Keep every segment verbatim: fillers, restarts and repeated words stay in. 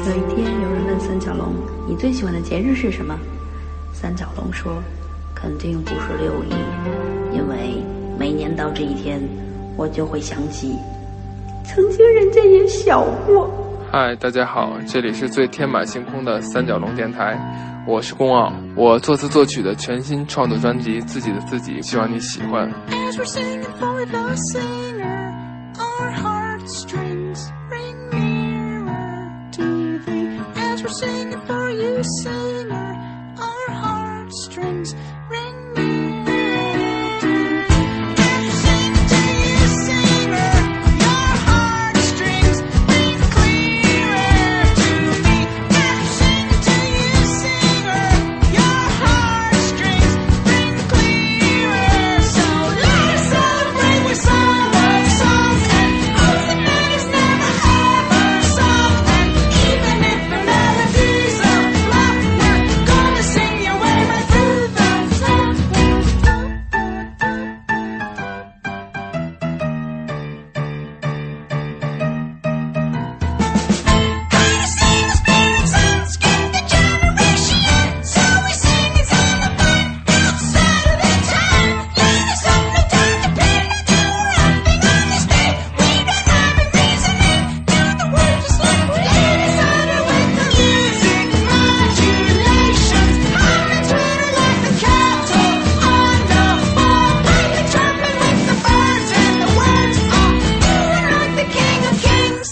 有一天，有人问三角龙：“你最喜欢的节日是什么？”三角龙说：“肯定不是六一，因为每年到这一天，我就会想起曾经人家也小过。” 嗨，大家好，这里是最天马行空的三角龙电台，我是宫傲，我作词作曲的全新创作专辑《自己的自己》，希望你喜欢。 We're singing for you, singer. Our heartstrings ring nearer to me. As we're singing to you, singer. Your heartstrings ring clearer to me. As we're singing to you, singer. Your heartstrings ring clearer. So let us celebrate with someone's song and hope the night is never ever sung. And even if the melodies of love, we're gonna sing your way right through the night. Gonna sing the spirit songs, skip the generation. So we sing it on the fun outside of the time. Let us only turn the page to something on this day. We don't have a reasoning, do the words just like we let us on it with the music modulations. Harmons glitter like the cattle on the wall. Play the trumpet with the birds and the words are moving like the king of kings.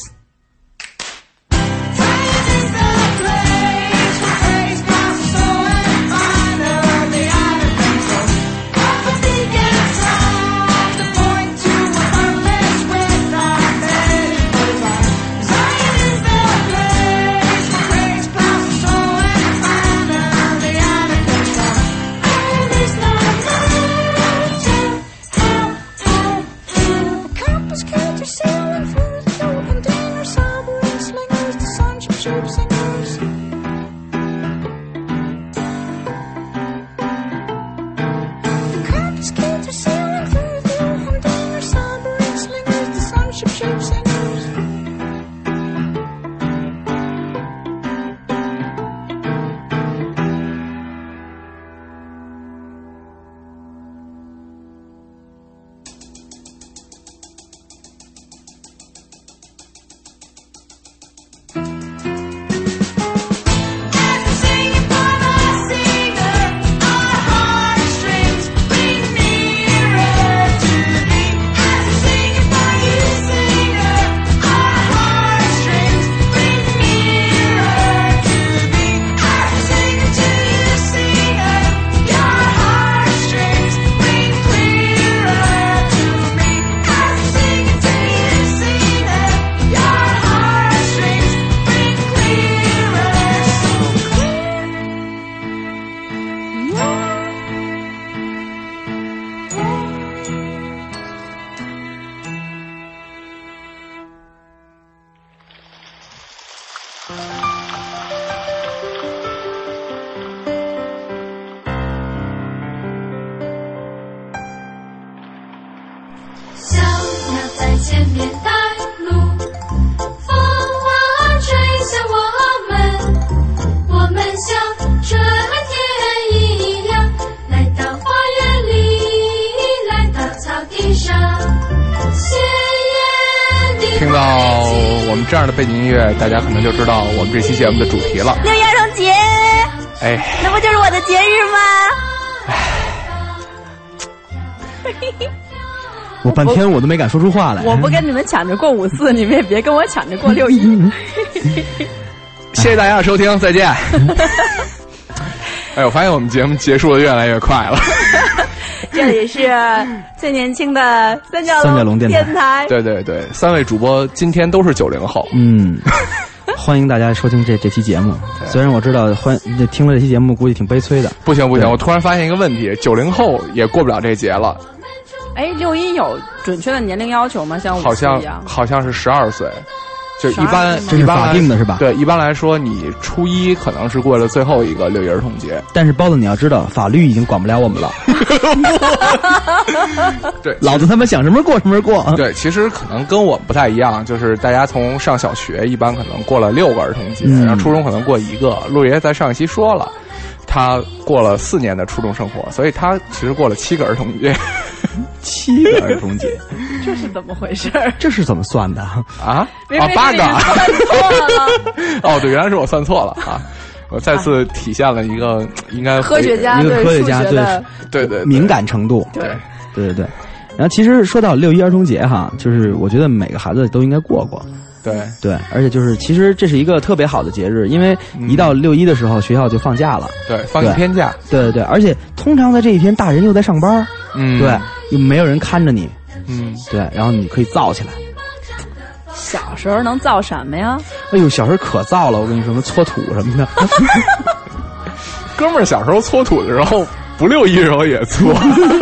Zion is the place where praise blossoms soul and honor the honor control. Prophecy gets sung to point to a purpose with our faith goes on. Zion is the place where praise blossoms soul and honor the honor control. And there's no mountain out to the compass can't sailing through the open container submarine slingers, the sunship ship singers. The compass can't sailing through the open container submarine slingers, the sunship ship singers. As we're singing for the singer, our heartstrings ring nearer to me. As we're singing for you, singer, our heartstrings ring nearer to me. As we're singing to you, singer, your heartstrings ring clearer to me. As we're singing to you, singer, your heartstrings ring clearer, so clear. Yeah. 小鸟在前面带路，风儿吹向我们，我们像春天一样，来到花园里，来到草地上，鲜艳的听到我们这样的背景音乐，大家可能就知道我们这期节目的主题了。 六一儿童节， 哎， 那不就是我的节日吗？ 我半天我都没敢说出话来。 我不跟你们抢着过五四，你们也别跟我抢着过六一。 谢谢大家的收听，再见。哎，我发现我们节目结束的越来越快了。 这里是最年轻的三角三角龙电台电台。 对对对，三位主播今天都是九零后。 嗯，欢迎大家收听这这期节目。虽然我知道欢听了这期节目估计挺悲催的。 不行不行，我突然发现一个问题，九零后也过不了这节了。 哎，六一有准确的年龄要求吗？像五好像一样？ 好像是十二岁， 就一般这是法定的是吧？ 对，一般来说，你初一可能是过了最后一个六一儿童节。 但是包子，你要知道，法律已经管不了我们了。 对， 老子他妈想什么过什么过。 对，其实可能跟我们不太一样，就是大家从上小学一般可能过了六个儿童节， 嗯、 然后初中可能过一个。陆爷在上一期说了，他过了四年的初中生活，所以他其实过了七个儿童节。 七个儿童节， 这是怎么回事？ 这是怎么算的啊？啊，八个。 算错了。 哦，对，原来是我算错了啊！我再次体现了一个应该科学家一个科学家对对对敏感程度。 对对对对。然后其实说到六一儿童节哈，就是我觉得每个孩子都应该过过。 对对，而且就是其实这是一个特别好的节日，因为一到六一的时候，学校就放假了。 对，放一天假。 对对对，而且通常在这一天，大人又在上班。 嗯， 对，又没有人看着你。 嗯， 对，然后你可以造起来。 小时候能造什么呀？ 哎呦，小时候可造了，我跟你说，什么搓土什么的。 哥们儿小时候搓土的时候，不六一时候也搓，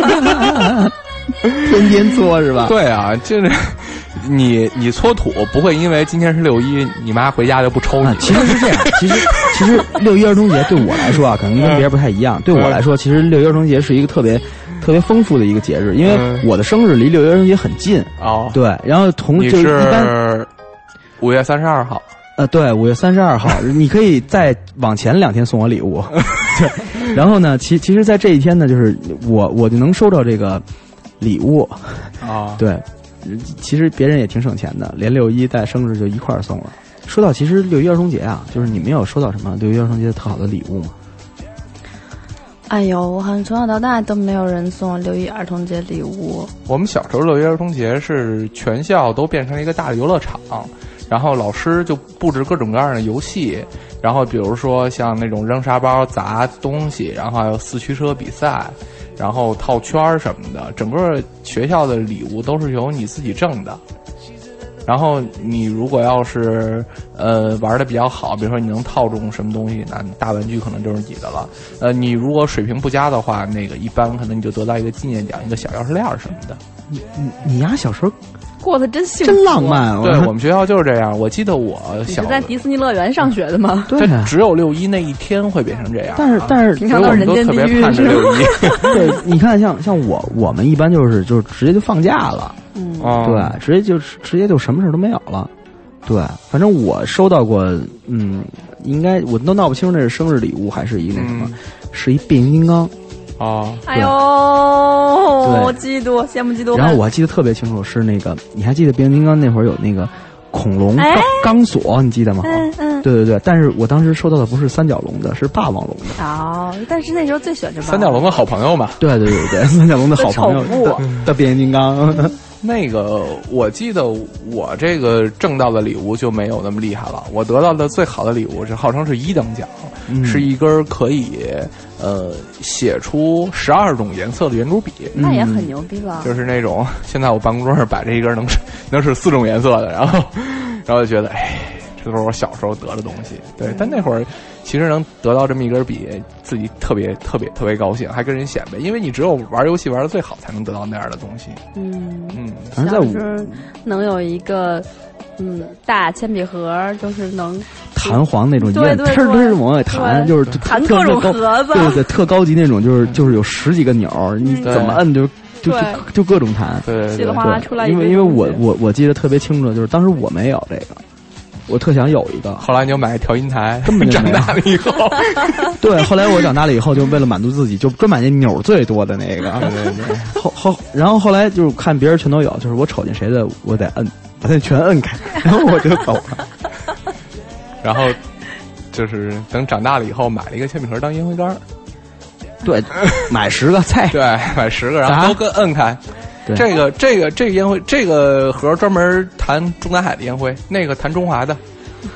天天搓是吧？ 对啊，就是你你搓土不会因为今天是六一，你妈回家就不抽你。 啊、其实是这样，其实其实六一儿童节对我来说啊，可能跟别人不太一样。对我来说，其实六一儿童节是一个特别特别丰富的一个节日，因为我的生日离六一儿童节很近。 哦， 对，然后同你就是一般五月三十二号。 呃，对，五月三十二号，你可以再往前两天送我礼物。对，然后呢，其其实，在这一天呢，就是我我就能收到这个礼物啊。哦、 对，其实别人也挺省钱的，连六一带生日就一块儿送了。说到其实六一儿童节啊，就是你们有收到什么六一儿童节特好的礼物吗？ 哎呦，我好像从小到大都没有人送我六一儿童节礼物。 我们小时候六一儿童节是全校都变成了一个大的游乐场。然后老师就布置各种各样的游戏，然后比如说像那种扔沙包砸东西，然后还有四驱车比赛，然后套圈什么的，整个学校的礼物都是由你自己挣的。然后你如果要是呃玩的比较好，比如说你能套中什么东西，那大玩具可能就是你的了。呃，你如果水平不佳的话，那个一般可能你就得到一个纪念奖，一个小钥匙链什么的。 你你你丫小时候过得真幸福， 真浪漫。 对，我们学校就是这样。我记得我小你是在迪士尼乐园上学的吗？ 对、啊， 只有六一那一天会变成这样。 但是但是， 平常都是人间地狱是吗？ 对，你看像像我我们一般就是就是直接就放假了， 嗯， 对，直接就直接就什么事都没有了。对，反正我收到过，嗯，应该我都闹不清那是生日礼物还是一那什么，嗯、是一变形金刚。 哦， 哎呦，我嫉妒，羡慕嫉妒。 然后我还记得特别清楚，是那个，你还记得变形金刚那会儿有那个恐龙钢、哎、钢索，你记得吗？ 嗯嗯， 对对对。但是我当时收到的不是三角龙的，是霸王龙的。 哦，但是那时候最喜欢这三角龙的好朋友嘛。 对对对对，三角龙的好朋友的, 的变形金刚。 那个我记得我这个挣到的礼物就没有那么厉害了，我得到的最好的礼物是号称是一等奖，嗯、是一根可以呃写出十二种颜色的圆珠笔， 那也很牛逼了。 就是那种现在我办公桌上摆着一根能能是四种颜色的，然后然后就觉得哎，这都是我小时候得的东西。对，但那会儿其实能得到这么一根笔，自己特别特别特别高兴，还跟人显摆，因为你只有玩游戏玩的最好，才能得到那样的东西。 嗯嗯， 反正在我能有一个嗯大铅笔盒，就是能弹簧那种， 对对对， 嘚嘚往外弹，就是弹各种盒子， 对对，特高级那种，就是就是有十几个钮，你怎么摁就就就就各种弹， 对稀里哗啦出来。 因为因为我我我记得特别清楚，就是当时我没有这个。我特想有一个， 后来你就买调音台， 根本就长大了以后， 对，后来我长大了以后，就为了满足自己，就专买那钮最多的那个。 对对对。 后后，然后后来就是看别人全都有，就是我瞅见谁的，我得摁，把它全摁开，然后我就走了。 然后就是等长大了以后，买了一个铅笔盒当烟灰缸。 对，买十个菜， 对，买十个，然后都跟摁开。 对， 这个这个这个烟灰，这个盒专门弹中南海的烟灰，那个弹中华的。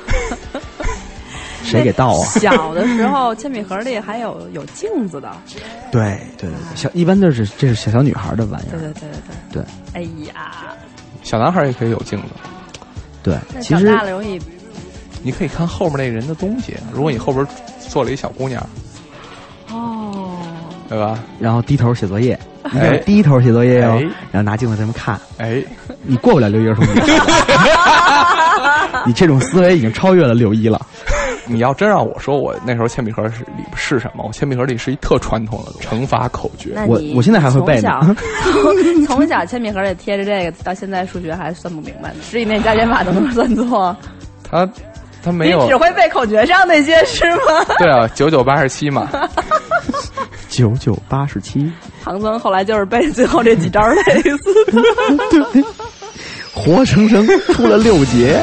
谁给倒啊？ 小的时候，铅笔盒里还有有镜子的。 对对对，小一般都是这是小小女孩的玩意儿。 对对对对对。 哎呀， 小男孩也可以有镜子。 对，其实长大了容易。 你可以看后面那人的东西，如果你后边坐了一小姑娘。 哦。 对吧？ 然后低头写作业， 哎， 低头写作业哦， 哎、 然后拿镜子这么看， 哎， 你过不了六一儿童节， 你这种思维已经超越了六一了。 你要真让我说我那时候铅笔盒是里是什么，我铅笔盒里是一特传统的乘法口诀。 我那你我现在还会背呢从小从小铅笔盒里贴着这个，到现在数学还算不明白呢，十以内加减法都能算错。 他他没有， 你只会背口诀上那些是吗？ 对啊，九九八十七嘛。 九九八十七， 唐僧后来就是背最后这几招类似的。 对，活生生出了六节。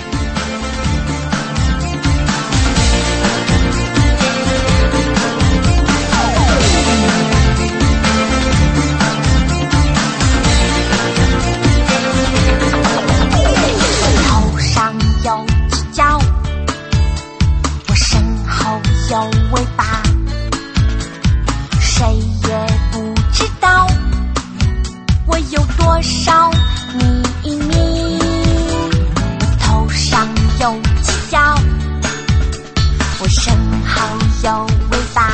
头上有犄角，我身后有尾巴，谁也不知道我有多少秘密。我头上有犄角，我身后有尾巴，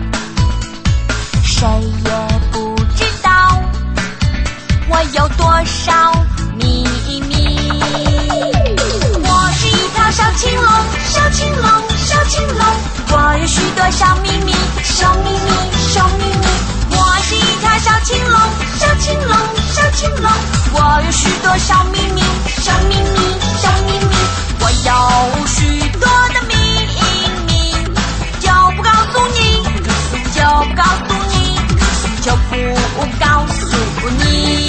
谁也不知道我有多少秘密。我是一条小青龙，小青龙，小青龙，我有许多小秘密，小秘密，小秘密。我是一条小青龙，小青龙，小青龙，我有许多小秘密，小秘密，小秘密。我有许多的秘密，就不告诉你，就不告诉你，就不告诉你。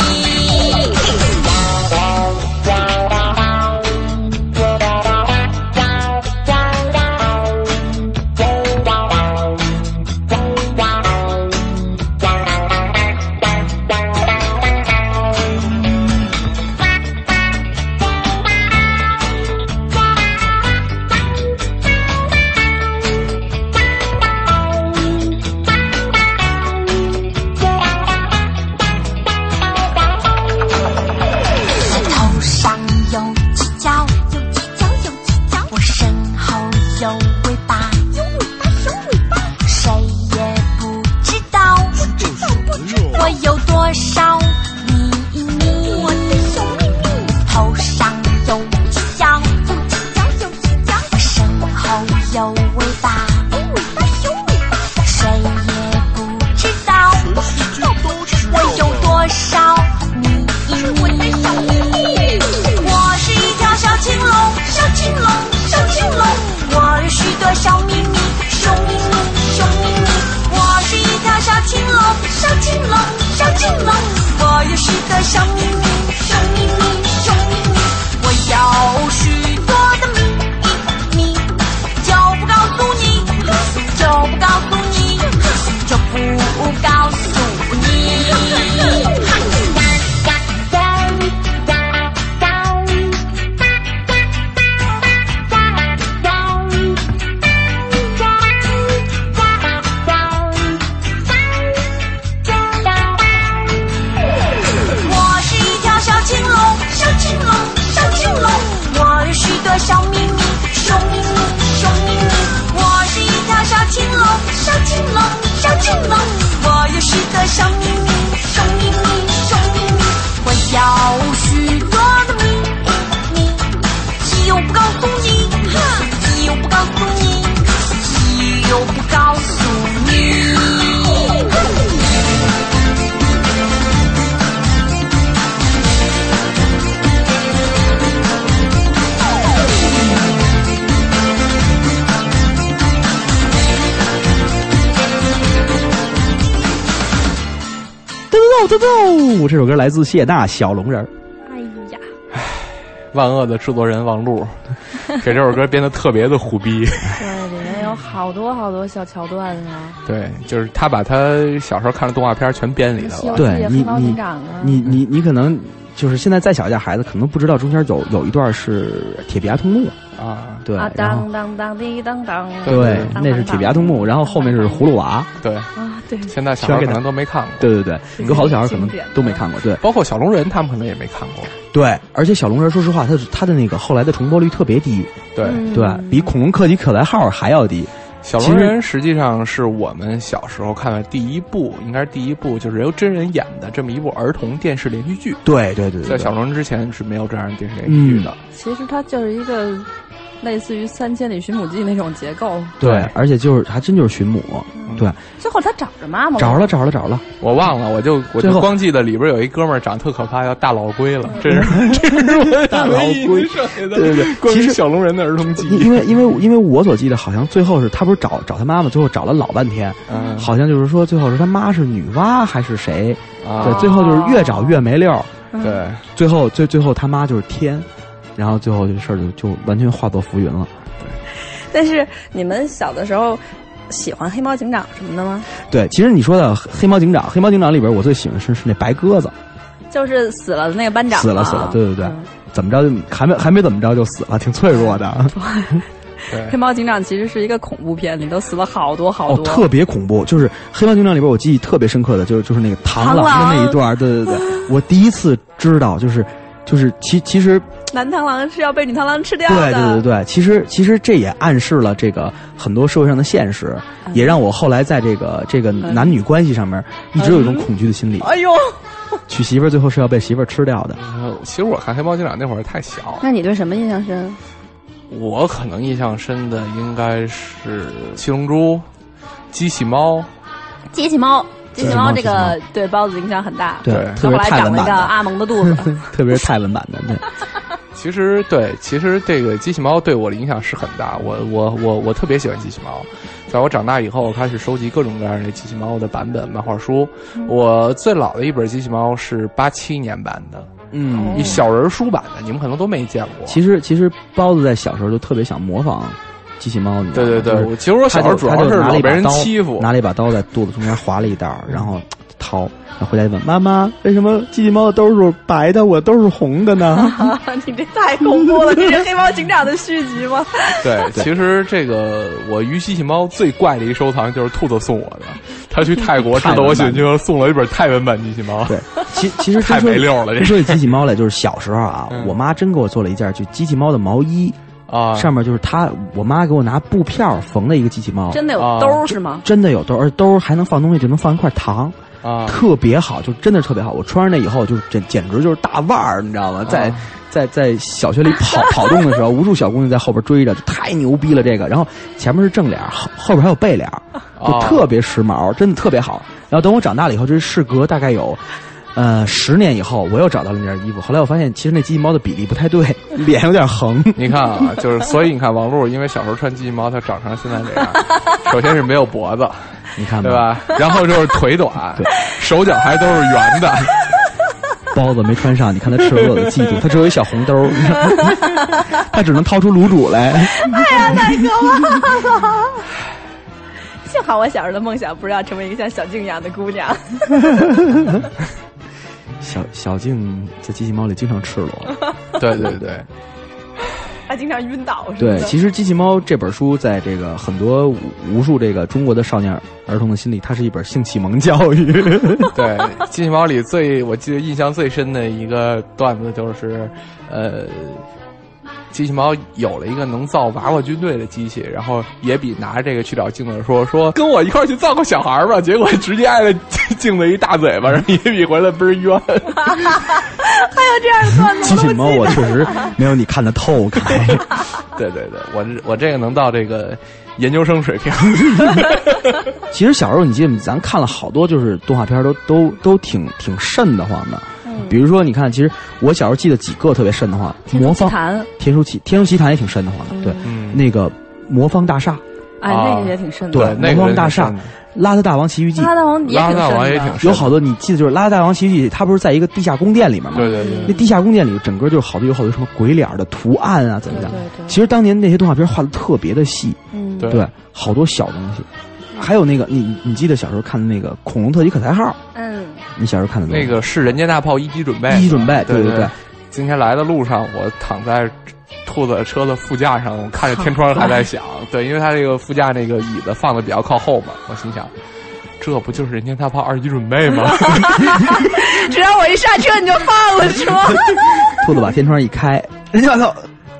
头上有犄角，有犄角，有犄角，我身后有尾巴，有尾巴，有尾巴，谁也不知道，不知道，不知道我有多少秘密。我的小秘密。头上有犄角，有犄角，有犄角，我身后有尾巴，有尾巴，有尾巴，谁也不知道，不知道，不知道我有多少秘密。我是一条小青龙，小青龙，小青龙，我有许多小秘密，小秘密，小秘密。我是一条小青龙，小青龙，小青龙，我有许多小秘密，小秘密，小秘密。我有许多的秘密，就不告诉你，就不告诉你，就不告诉你。我是一条小青龙，小青龙，小青龙，我有许多小秘密，小秘密，小秘密。我是一条小青龙，小青龙，小青龙，我有许多小秘密，小秘密，小秘密。我有许多的秘密，就不告诉你，就不告诉你，就不告诉你。 噔噔，这首歌来自谢娜《小龙人》。 哎呀， 万恶的制作人王璐给这首歌编得特别的虎逼。 对，里面有好多好多小桥段啊。 对，就是他把他小时候看的动画片全编里头了。 对你黑猫你警长啊， 你你你可能就是现在再小一点孩子可能不知道中间有有一段是铁臂阿童木啊， 对， 啊， 然后当当当滴当当， 对， 当那是铁臂阿童木，然后后面是葫芦娃， 对， 啊，对， 现在小孩可能都没看过。 对对对，有好多小孩可能都没看过，对， 包括小龙人他们可能也没看过。 对，而且小龙人说实话，他他的那个后来的重播率特别低， 对， 嗯对比恐龙克己可莱号还要低。 小龙人实际上是我们小时候看的第一部，应该是第一部就是由真人演的这么一部儿童电视连续剧。 对对对对， 在小龙人之前是没有这样的电视连续剧的。 嗯、 其实它就是一个类似于《三千里寻母记》那种结构。 对，对而且就是还真就是寻母。嗯、对， 最后他找着妈妈了， 找了找了找了， 我忘了，我就我就光记得里边有一哥们儿长得特可怕，叫大老龟了。这是这是我大老龟， 对对对。 关于小龙人的儿童记忆， 因为因为因为我所记得，好像最后是他不是找找他妈妈，最后找了老半天，嗯，好像就是说最后是他妈是女娲还是谁？啊、对，最后就是越找越没溜。 对、嗯， 最后最最后他妈就是天，然后最后这事儿就就完全化作浮云了。 对，但是你们小的时候喜欢黑猫警长什么的吗？ 对，其实你说的黑猫警长，黑猫警长里边我最喜欢是是那白鸽子， 就是死了的那个班长， 死了死了，对对对，嗯、怎么着就还没还没怎么着就死了，挺脆弱的。 对，黑猫警长其实是一个恐怖片，里头死了好多好多， 哦，特别恐怖。就是黑猫警长里边我记忆特别深刻的，就是就是那个螳螂的那一段，对对对，我第一次知道，就是就是其其实男螳螂是要被女螳螂吃掉的。 对对对对，其实其实这也暗示了这个很多社会上的现实，嗯、也让我后来在这个这个男女关系上面一直有一种恐惧的心理。 嗯、哎呦， 娶媳妇儿最后是要被媳妇儿吃掉的。 呃，其实我看黑猫警长那会儿太小。 那你对什么印象深？ 我可能印象深的应该是七龙珠、机器猫、 机器猫。机器猫这个对包子影响很大， 对，特别是泰文版的， 后来长了一个阿蒙的肚子， 特别是泰文版的。对， 其实对，其实这个机器猫对我的影响是很大。我我我我特别喜欢机器猫，在我长大以后，我开始收集各种各样的机器猫的版本漫画书。嗯、我最老的一本机器猫是八七年版的。嗯，一小人书版的，你们可能都没见过。 其实，其实包子在小时候就特别想模仿机器猫。 对对对，其实我小时候主要是老被人欺负， 拿了一把刀在肚子中间划了一道，然后掏，然后回家就问妈妈：“为什么机器猫的兜是白的，我兜是红的呢？” 你这太恐怖了！这是黑猫警长的续集吗？ 对，其实这个我于机器猫最怪的一收藏就是兔子送我的。他去泰国知道我喜欢就送了一本泰文版机器猫。 对，其其实太没溜了。这说起机器猫来，就是小时候啊，嗯、我妈真给我做了一件就机器猫的毛衣啊，上面就是她，我妈给我拿布片缝的一个机器猫。 真的有兜、啊、是吗？ 真的有兜，而且兜还能放东西，就能放一块糖啊，特别好，就真的特别好。我穿上那以后，就简简直就是大腕儿，你知道吗？在。啊在在小学里跑跑动的时候，无数小姑娘在后边追着，就太牛逼了这个。然后前面是正脸，后后边还有背脸，就特别时髦，真的特别好。然后等我长大了以后，这是事隔大概有，呃，十年以后，我又找到了那件衣服。后来我发现，其实那机器猫的比例不太对，脸有点横。 你看啊，就是所以你看王璐，因为小时候穿机器猫，它长成现在这样。首先是没有脖子， 你看对吧？然后就是腿短，对，手脚还都是圆的。 包子没穿上，你看他赤裸裸的嫉妒，他只有一小红兜，他只能掏出卤煮来。 哎呀，太可怕了！幸好我小时候的梦想不是要成为一个像小静一样的姑娘。 小小静在机器猫里经常赤裸。 对对对。 他经常晕倒。 对，其实《机器猫》这本书在这个很多无数这个中国的少年儿童的心里，它是一本性启蒙教育。 对，《机器猫》里最我记得印象最深的一个段子就是，呃，机器猫有了一个能造娃娃军队的机器，然后野比拿着这个去找镜子说说跟我一块儿去造个小孩吧，结果直接挨了镜子一大嘴巴，然后野比回来倍儿冤。 还有这样的段子？ 机器猫我确实没有你看得透开。 对对对，我我这个能到这个研究生水平。 其实小时候你记得咱看了好多就是动画片都都都挺挺瘆得慌的。比如说，你看，其实我小时候记得几个特别瘆得慌，魔方天书奇天书奇谭也挺瘆得慌的，对，嗯、那个魔方大厦， 哎，那个也挺瘆的， 对，魔方大厦，邋遢大王奇遇记， 邋遢大王也挺瘆的， 也挺有好多你记得就是邋遢大王奇遇记，它不是在一个地下宫殿里面吗？ 对对对， 那地下宫殿里整个就是好多有好多什么鬼脸的图案啊，怎么样？ 对对。 其实当年那些动画片画的特别的细， 嗯， 对，好多小东西。还有那个，你你记得小时候看的那个恐龙特级可赛号？嗯，你小时候看的那个是人间大炮一级准备， 一级准备，对对对。 今天来的路上，我躺在兔子车的副驾上，我看着天窗还在响，对，因为它这个副驾那个椅子放的比较靠后嘛，我心想，这不就是人间大炮二级准备吗？ 只要我一刹车，你就放了是吗？ 兔子把天窗一开，人家大炮。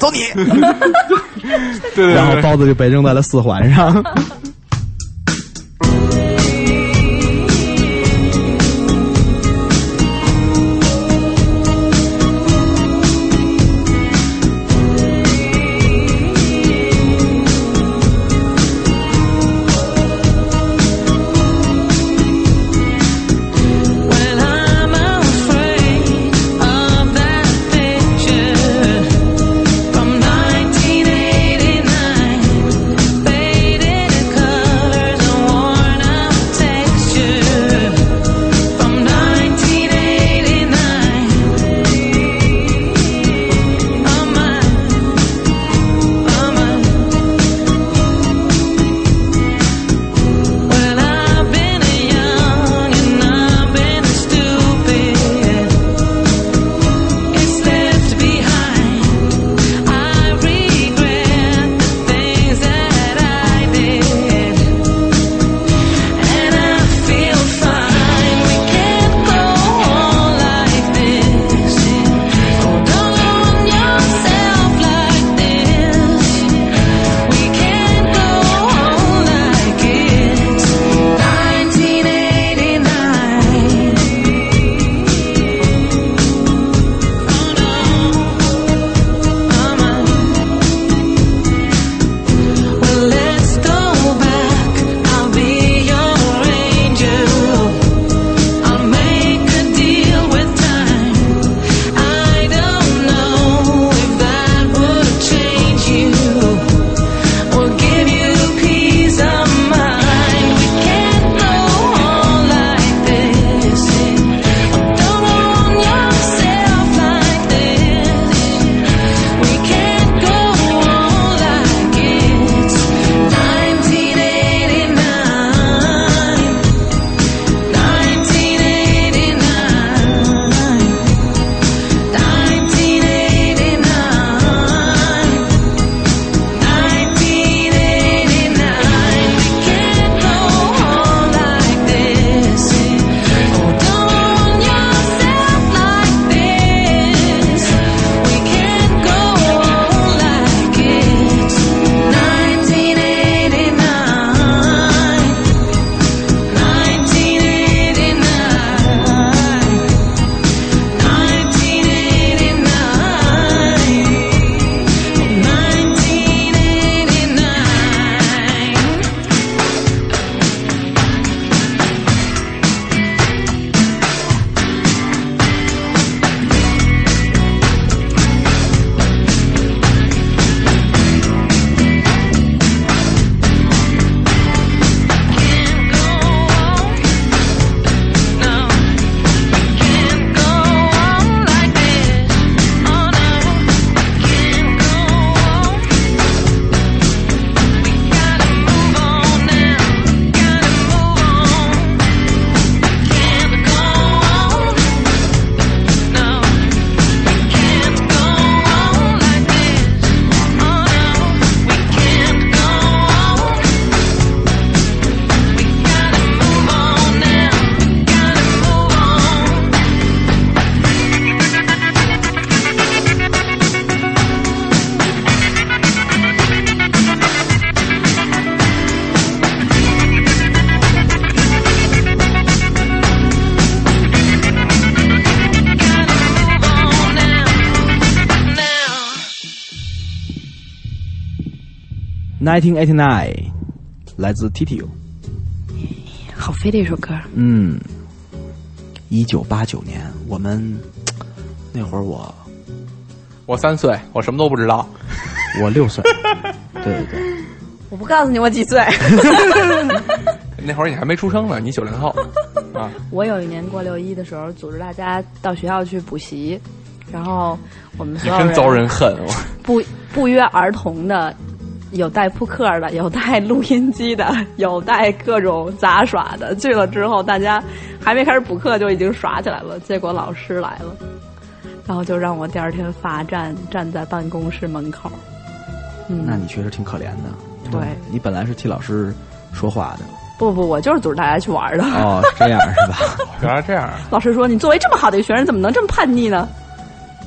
走你。 对对对， 然后包子就被扔在了四环上。nineteen eighty-nine 来自 T T U， 好飞的一首歌。 嗯，一九八九年，我们那会儿我我三岁，我什么都不知道。 我六岁，对对对。 我不告诉你我几岁。 那会儿你还没出生呢，你九零后啊。 我有一年过六一的时候，组织大家到学校去补习，然后我们所有人真遭人恨， 不不约而同的。有带扑克的，有带录音机的，有带各种杂耍的。去了之后，大家还没开始补课就已经耍起来了。结果老师来了，然后就让我第二天罚站，站在办公室门口。嗯， 那你确实挺可怜的。 对， 你本来是替老师说话的。 不不，我就是组织大家去玩的。 哦，是这样是吧？ 原来这样。 老师说：“你作为这么好的一个学生，怎么能这么叛逆呢？”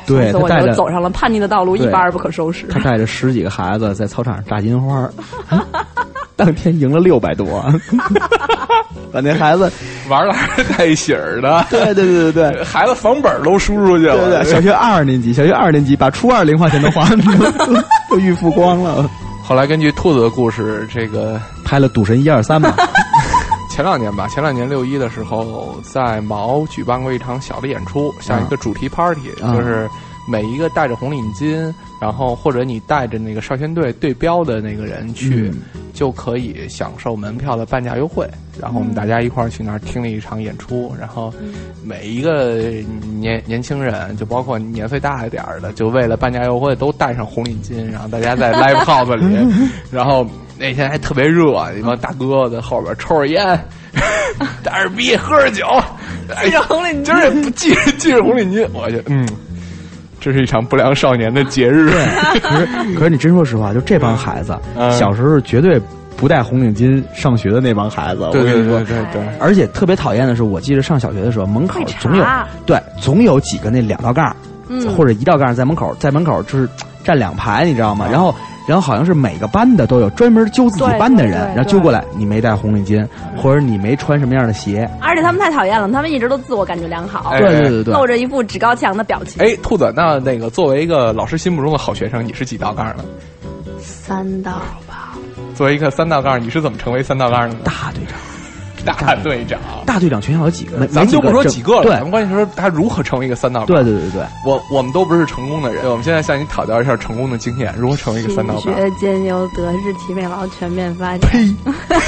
对， 从此我他带着就走上了叛逆的道路，一对发而不可收拾。 他带着十几个孩子在操场上炸金花，当天赢了六百多，把那孩子玩的还是带喜儿的， 对对对对对。 孩子房本都输出去了。 对对，小学二年级，小学二年级把初二零花钱都花都都预付光了。 后来根据兔子的故事，这个拍了《赌神一二三》嘛。 前两年吧，前两年六一的时候，在毛举办过一场小的演出，像一个主题 party，、 嗯、 就是每一个戴着红领巾，然后或者你带着那个少先队对标的那个人去，嗯、就可以享受门票的半价优惠。然后我们大家一块儿去那儿听了一场演出，然后每一个年年轻人，就包括年岁大一点的，就为了半价优惠都戴上红领巾，然后大家在 live house 里，然后那天还特别热，一帮大哥在后边抽着烟，打着逼喝着酒， 系着红领巾， 就是不系系着红领巾，我就嗯。这是一场不良少年的节日。 可是，可是你真说实话，就这帮孩子，嗯、小时候绝对不戴红领巾上学的那帮孩子。 对对对对对, 对, 对。 而且特别讨厌的是，我记得上小学的时候，门口总有对总有几个那两道杠，嗯、或者一道杠在门口，在门口就是站两排，你知道吗？嗯、然后。然后好像是每个班的都有专门揪自己班的人，然后揪过来，你没戴红领巾，或者你没穿什么样的鞋。 而且他们太讨厌了，他们一直都自我感觉良好， 哎、 对对对对， 露着一副趾高气扬的表情。 哎，兔子，那那个作为一个老师心目中的好学生，你是几道杠呢？ 三道吧。 作为一个三道杠，你是怎么成为三道杠的呢？ 大队长。 大队长， 大队长全校有几个？ 咱们就不说几个了， 对， 咱们关键是说他如何成为一个三道杠。 对对对对， 我我们都不是成功的人，我们现在向你讨教一下成功的经验，如何成为一个三道杠。 心学兼优，德智体美劳全面发展。 呸！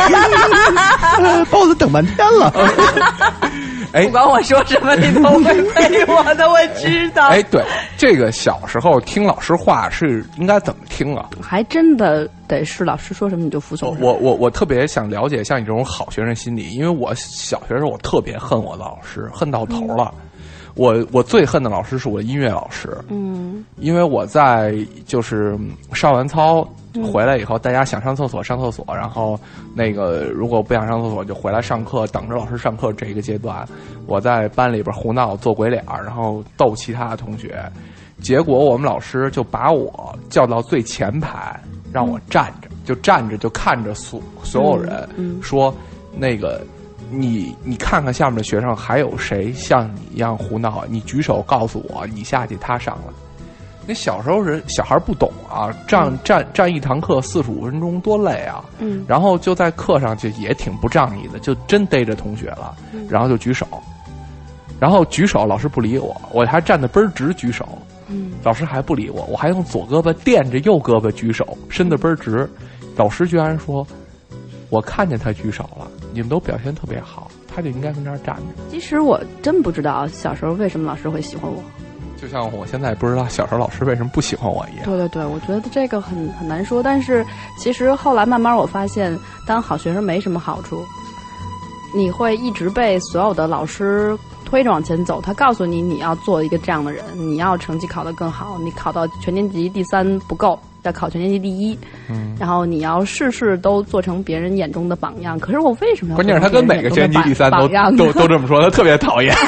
包子等半天了。 哎， 不管我说什么，你都会背我的，我知道。 哎，对，这个小时候听老师话是应该怎么听啊？ 还真的得是老师说什么你就服从。 我我我特别想了解像你这种好学生心理，因为我小学的时候我特别恨我的老师，恨到头了。嗯、我我最恨的老师是我的音乐老师，嗯，因为我在就是上完操。回来以后，大家想上厕所上厕所，然后那个如果不想上厕所就回来上课，等着老师上课。这一个阶段，我在班里边胡闹做鬼脸，然后逗其他的同学。结果我们老师就把我叫到最前排，让我站着，就站着就看着所所有人，说那个你你看看下面的学生还有谁像你一样胡闹，你举手告诉我，你下去他上来。那小时候人小孩不懂啊，站站站一堂课四十五分钟多累啊，嗯，然后就在课上就也挺不仗义的，就真逮着同学了，然后就举手，然后举手老师不理我，我还站得倍儿直举手，嗯，老师还不理我，我还用左胳膊垫着右胳膊举手，伸得倍儿直，老师居然说，我看见他举手了，你们都表现特别好，他就应该跟那儿站着。 其实我真不知道小时候为什么老师会喜欢我。 就像我现在不知道小时候老师为什么不喜欢我一样。 对对对，我觉得这个很很难说。但是其实后来慢慢我发现，当好学生没什么好处，你会一直被所有的老师推着往前走。他告诉你你要做一个这样的人，你要成绩考得更好，你考到全年级第三不够，要考全年级第一。嗯，然后你要事事都做成别人眼中的榜样。可是我为什么要？ 关键是他跟每个全年级第三都都都这么说，他特别讨厌。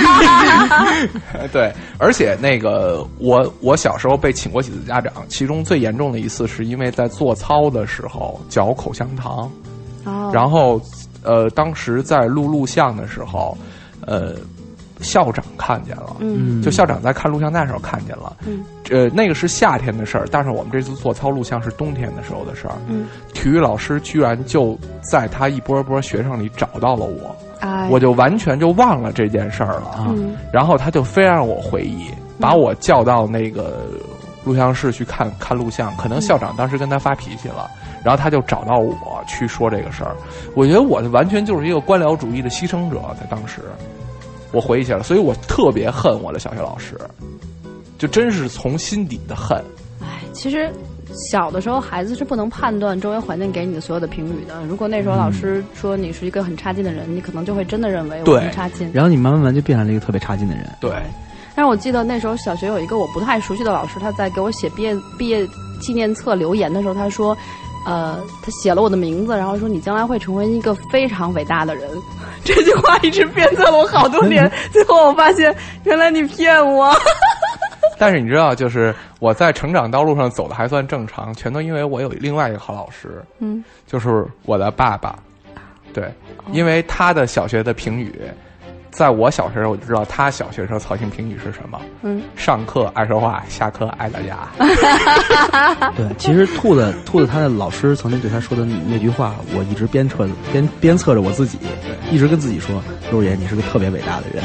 对，而且那个我我小时候被请过几次家长，其中最严重的一次是因为在做操的时候嚼口香糖，哦，然后呃当时在录录像的时候，呃。校长看见了，嗯，就校长在看录像带的时候看见了，嗯，呃，那个是夏天的事儿，但是我们这次做操录像是冬天的时候的事儿，嗯，体育老师居然就在他一波波学生里找到了我，哎，我就完全就忘了这件事儿了，嗯，然后他就非让我回忆，把我叫到那个录像室去看看录像，可能校长当时跟他发脾气了，然后他就找到我去说这个事儿，我觉得我完全就是一个官僚主义的牺牲者，在当时。我回忆起来了，所以我特别恨我的小学老师，就真是从心底的恨。 哎，其实小的时候孩子是不能判断周围环境给你的所有的评语的。如果那时候老师说你是一个很差劲的人，你可能就会真的认为我很差劲， 然后你慢慢慢就变成了一个特别差劲的人。 对。 但是我记得那时候小学有一个我不太熟悉的老师，他在给我写毕业毕业纪念册留言的时候，他说。呃，他写了我的名字，然后说你将来会成为一个非常伟大的人。这句话一直鞭策了我好多年，最后我发现原来你骗我。 但是你知道，就是我在成长道路上走的还算正常，全都因为我有另外一个好老师， 嗯， 就是我的爸爸。对，因为他的小学的评语，在我小学时候我就知道他小学时候操行评语是什么。 嗯， 上课爱说话，下课爱打架。 对，其实兔子兔子他的老师曾经对他说的那句话，我一直鞭策鞭鞭策着我自己，一直跟自己说，六爷你是个特别伟大的人，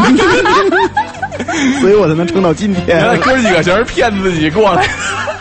所以我才能撑到今天。 原来哥几个全是骗自己过来。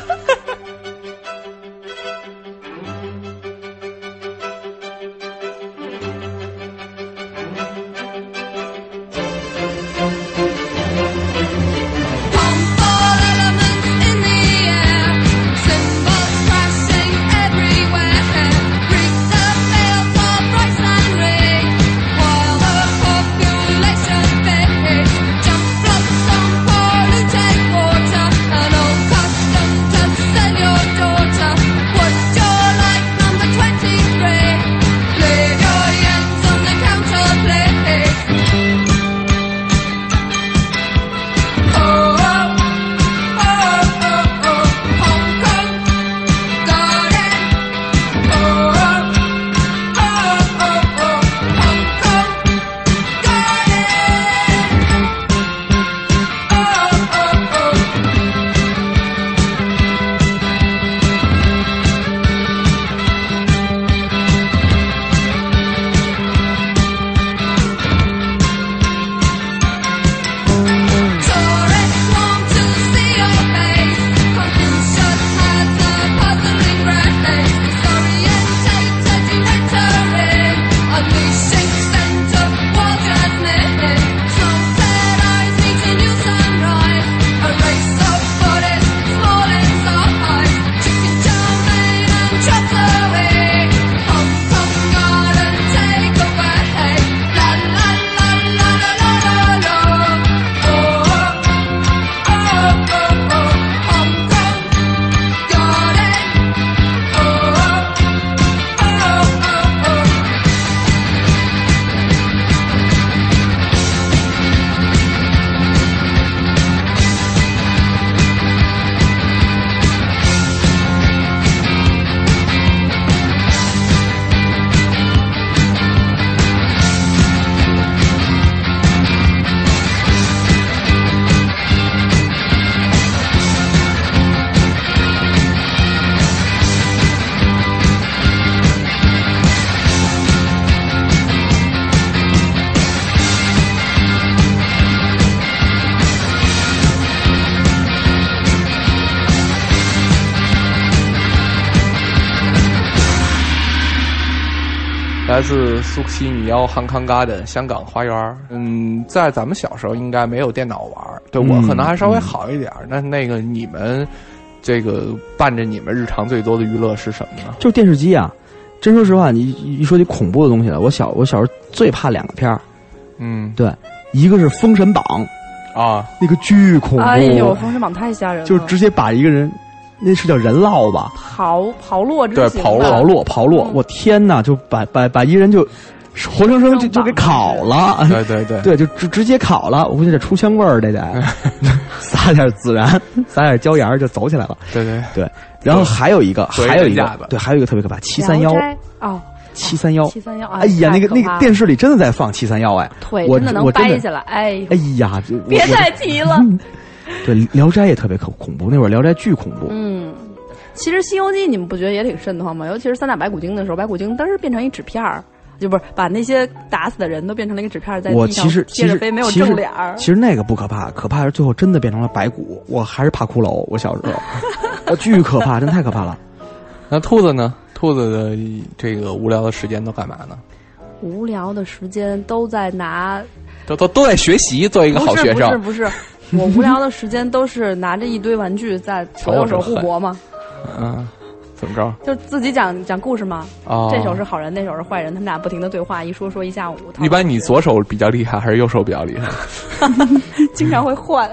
来自苏西米幺汉康 Garden 香港花园。嗯，在咱们小时候应该没有电脑玩，对我可能还稍微好一点。那、嗯、那个你们这个伴着你们日常最多的娱乐是什么呢？ 就是电视机啊。真说实话，你一说起恐怖的东西了，我小我小时候最怕两个片儿。 嗯， 对，一个是《封神榜》 啊， 那个巨恐怖。 哎呦，《封神榜》太吓人了， 就是直接把一个人。那是叫人烙吧？ 刨刨落之对，刨落刨落刨落！我天哪，就把把把一人就活生生就就给烤了。 对对对对，就直直接烤了。我估计这出香味儿，这得撒点孜然，撒点椒盐就走起来了。 对对对。然后还有一个，还有一个，对，还有一个特别可怕，七三幺哦。 七三幺， 七三幺， 哎呀，那个那个电视里真的在放七三幺，哎， 腿真的能掰下来，哎， 哎呀， 别再提了。 对，《聊斋》也特别可恐怖，那会儿《聊斋》巨恐怖。 嗯，其实《西游记》你们不觉得也挺瘆得慌吗？尤其是三打白骨精的时候，白骨精嘚儿变成一纸片儿，就不是把那些打死的人都变成了一个纸片，在地上接着飞，没有正脸儿。 其实那个不可怕，可怕是最后真的变成了白骨。我还是怕骷髅，我小时候，我巨可怕，真太可怕了。 那兔子呢？兔子的这个无聊的时间都干嘛呢？ 无聊的时间都在拿， 都都都在学习，做一个好学生。 不是不是不是，我无聊的时间都是拿着一堆玩具在左右手互搏嘛。 嗯，怎么着？ 就自己讲讲故事嘛。 哦， 这手是好人，那手是坏人，他们俩不停的对话，一说说一下午。 一般你左手比较厉害，还是右手比较厉害？ 经常会换。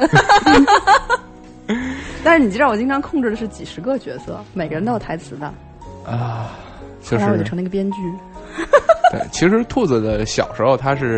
但是你知道，我经常控制的是几十个角色，每个人都有台词的。 啊，就是后来我就成了一个编剧。 对，其实兔子的小时候他是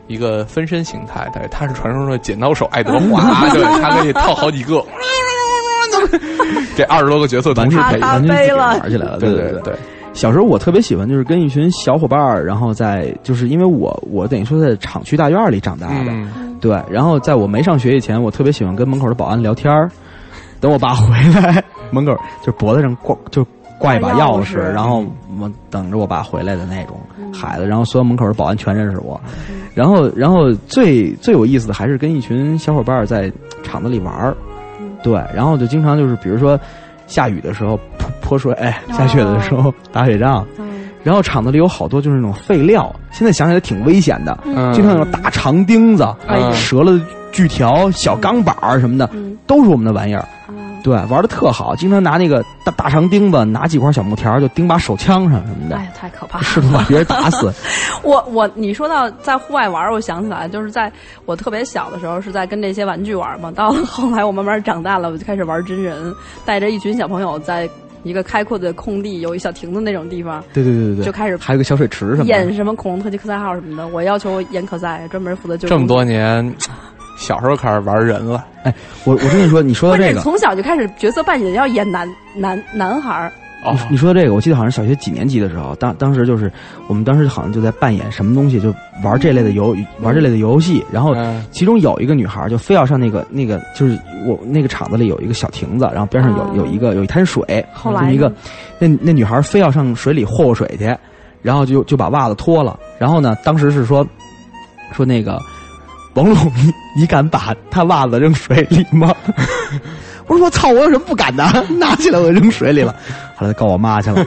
一个分身形态，对，他是传说中的剪刀手爱德华，对，他可以套好几个，这二十多个角色同时配， 完全自己玩起来了， 对对对对。 小时候我特别喜欢，就是跟一群小伙伴儿，然后在就是因为我我等于说在厂区大院里长大的， 嗯、 对，然后在我没上学以前，我特别喜欢跟门口的保安聊天儿。等我爸回来，门口就脖子上挂就挂一把钥匙，然后我等着我爸回来的那种孩子，然后所有门口的保安全认识我，然后然后最最有意思的还是跟一群小伙伴在厂子里玩儿，对，然后就经常就是比如说下雨的时候泼泼水，下雪的时候打雪仗，然后厂子里有好多就是那种废料，现在想起来挺危险的，经常有大长钉子、折了的锯条、小钢板什么的，都是我们的玩意儿。对，玩的特好，经常拿那个大大长钉子，拿几块小木条就钉把手枪上什么的。 哎呀，太可怕了！ 试图把别人打死。 我我你说到在户外玩，我想起来，就是在我特别小的时候是在跟这些玩具玩嘛。到了后来我慢慢长大了，我就开始玩真人，带着一群小朋友在一个开阔的空地，有一小亭子那种地方。 对对对对对， 就开始还有个小水池什么的。 演什么恐龙特技科赛号什么的，我要求演科赛，专门负责救。 这么多年。小时候开始玩人了， 哎，我我跟你说，你说的这个， 从小就开始角色扮演要演男男男孩。 哦，你说的这个，我记得好像小学几年级的时候，当当时就是我们当时好像就在扮演什么东西，就玩这类的游、嗯、玩这类的游戏，然后其中有一个女孩就非要上那个那个，就是我那个厂子里有一个小亭子，然后边上有、哦、有一个有一滩水， 后来一个那那女孩非要上水里和和水去，然后就就把袜子脱了，然后呢，当时是说说那个。王璐，你你敢把他袜子扔水里吗？我说我操，我有什么不敢的？拿起来我扔水里了。后来告我妈去了。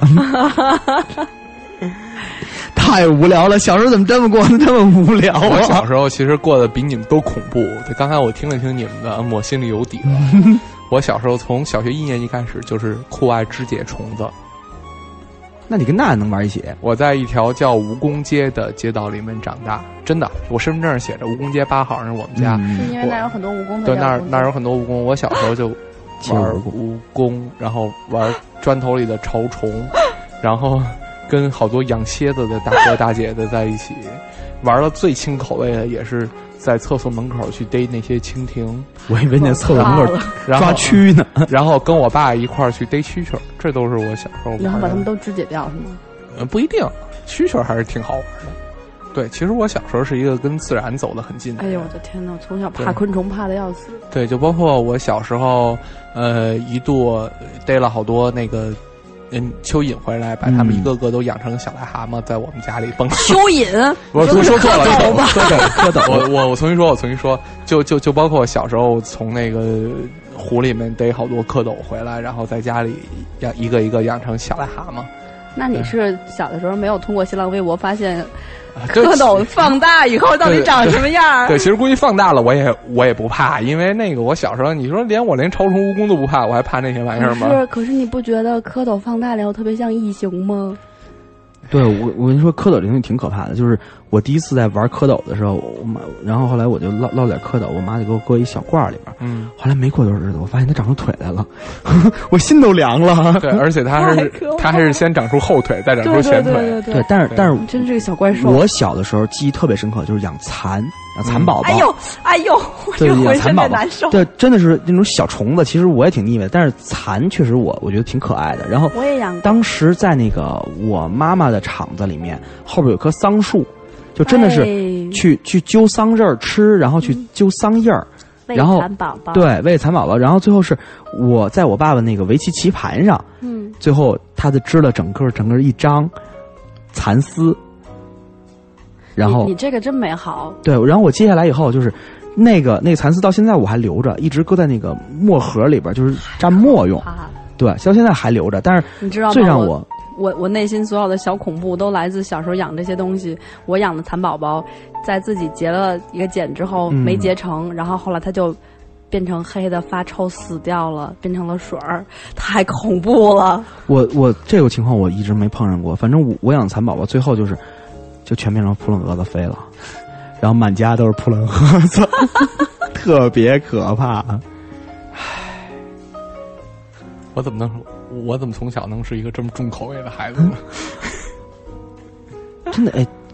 太无聊了，小时候怎么这么过得这么无聊啊？ 我小时候其实过得比你们都恐怖。刚才我听了听你们的，我心里有底了。我小时候从小学一年级开始就是酷爱肢解虫子。 那你跟那能玩一起？ 我在一条叫蜈蚣街的街道里面长大，真的，我身份证上写着蜈蚣街八号是我们家。 嗯、是因为那有很多蜈蚣。 对，那那有很多蜈蚣。我小时候就玩蜈蚣，然后玩砖头里的潮虫，然后跟好多养蝎子的大哥大姐的在一起，玩了最清口味的也是在厕所门口去逮那些蜻蜓。 我以为那厕所门口抓蛆呢， 然后跟我爸一块儿去逮蛐蛐，这都是我小时候玩的。 然后把它们都肢解掉是吗？ 嗯，不一定，蛐蛐还是挺好玩的。对，其实我小时候是一个跟自然走得很近的。 哎呦我的天哪！我从小怕昆虫怕的要死。 对，就包括我小时候，呃，一度逮了好多那个。嗯，蚯蚓回来，把他们一个个都养成小癞蛤蟆，在我们家里蹦。 蚯蚓， 我说错了， 蝌蚪吧？ 蝌蚪，我我我重新说，我重新说，就就就包括我小时候从那个湖里面逮好多蝌蚪回来，然后在家里养一个一个养成小癞蛤蟆。 那你是小的时候没有通过新浪微博发现蝌蚪放大以后到底长什么样？ 对，其实估计放大了我也我也不怕，因为那个我小时候，你说连我连潮虫蜈蚣都不怕，我还怕那些玩意儿吗？ 是，可是你不觉得蝌蚪放大了以后特别像异形吗？ 对，我我跟你说，蝌蚪这东西挺可怕的。就是我第一次在玩蝌蚪的时候，我妈，然后后来我就捞捞点蝌蚪，我妈就给我搁一小罐里边。嗯，后来没过多少日子，我发现它长出腿来了，我心都凉了。 对，而且它是它还是先长出后腿，再长出前腿。 对对对对, 对, 对，但是但是真是个小怪兽。 我小的时候记忆特别深刻，就是养蚕。养蚕宝宝， 哎呦，哎呦， 对， 我养蚕宝宝，对，真的是那种小虫子。其实我也挺腻歪，但是蚕确实我我觉得挺可爱的。然后我也养过。 当时在那个我妈妈的厂子里面，后边有棵桑树，就真的是去、哎、去揪桑叶儿吃，然后去揪桑叶儿， 嗯、 然后喂蚕宝宝， 对，喂蚕宝宝。然后最后是我在我爸爸那个围棋棋盘上，嗯，最后他就织了整个整个一张蚕丝。然后你, 你这个真美好。 对，然后我接下来以后就是那个那个蚕丝到现在我还留着，一直搁在那个墨盒里边，就是蘸墨用。对，到现在还留着。但是你知道吗？ 最让我我我内心所有的小恐怖都来自小时候养这些东西。我养的蚕宝宝，在自己结了一个茧之后没结成，嗯、然后后来它就变成黑的发臭死掉了，变成了水儿，太恐怖了。 我我这个情况我一直没碰上过，反正我我养蚕宝宝最后就是。就全变成扑棱蛾子飞了，然后满家都是扑棱蛾子，特别可怕。 唉，我怎么能，我怎么从小能是一个这么重口味的孩子呢？ 真的哎，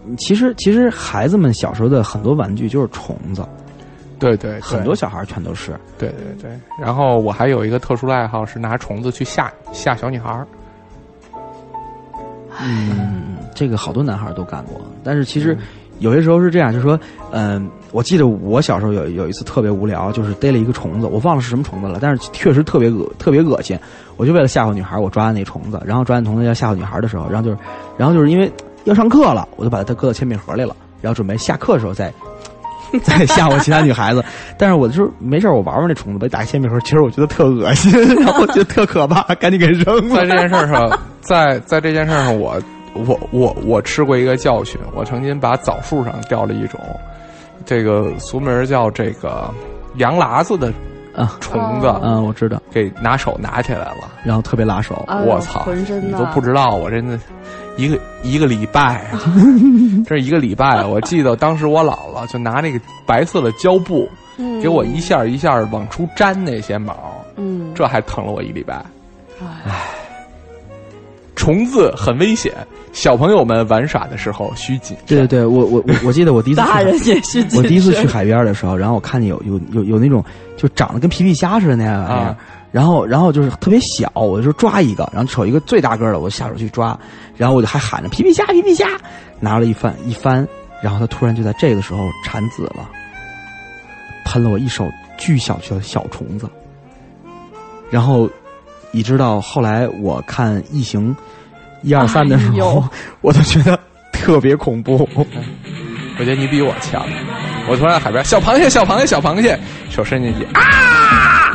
其实其实孩子们小时候的很多玩具就是虫子， 对对对， 很多小孩全都是。 对对对。然后我还有一个特殊的爱好是拿虫子去吓吓小女孩。 嗯，这个好多男孩都干过，但是其实有些时候是这样，就是说，嗯、我记得我小时候有有一次特别无聊，就是逮了一个虫子，我忘了是什么虫子了，但是确实特别恶特别恶心。我就为了吓唬女孩，我抓的那虫子，然后抓那虫子要吓唬女孩的时候，然后就是，然后就是因为要上课了，我就把它搁到铅笔盒里了，然后准备下课的时候再再吓唬其他女孩子。但是我就说没事，我玩玩那虫子，把它打开铅笔盒，其实我觉得特恶心，然后我觉得特可怕，赶紧给扔了。 在这件事上，在在这件事上，我我我我吃过一个教训，我曾经把枣树上掉了一种，这个俗名叫这个羊喇子的啊虫子， 嗯，我知道， 给拿手拿起来了， 然后特别拉手。 哎呦我操！ 浑身的你都不知道，我真的一个一个礼拜啊，这是一个礼拜。我记得当时我姥姥就拿那个白色的胶布， 嗯给我一下一下往出粘那些毛， 嗯， 这还疼了我一礼拜。 唉， 虫子很危险，小朋友们玩耍的时候需谨慎。 对对对，我我我我记得我第一次去大人也是谨慎。 我第一次去海边的时候，然后我看见有有有有那种就长得跟皮皮虾似的那样玩意儿， 啊然后然后就是特别小，我就说抓一个，然后瞅一个最大个儿的，我下手去抓，然后我就还喊着皮皮虾皮皮虾，拿了一翻一翻，然后它突然就在这个时候产子了，喷了我一手巨小小的小虫子，然后一直到后来我看《异形》一二三的时候， 哎呦我都觉得特别恐怖。 我觉得你比我强。我突然在海边，小螃蟹，小螃蟹，小螃蟹，手伸进去啊！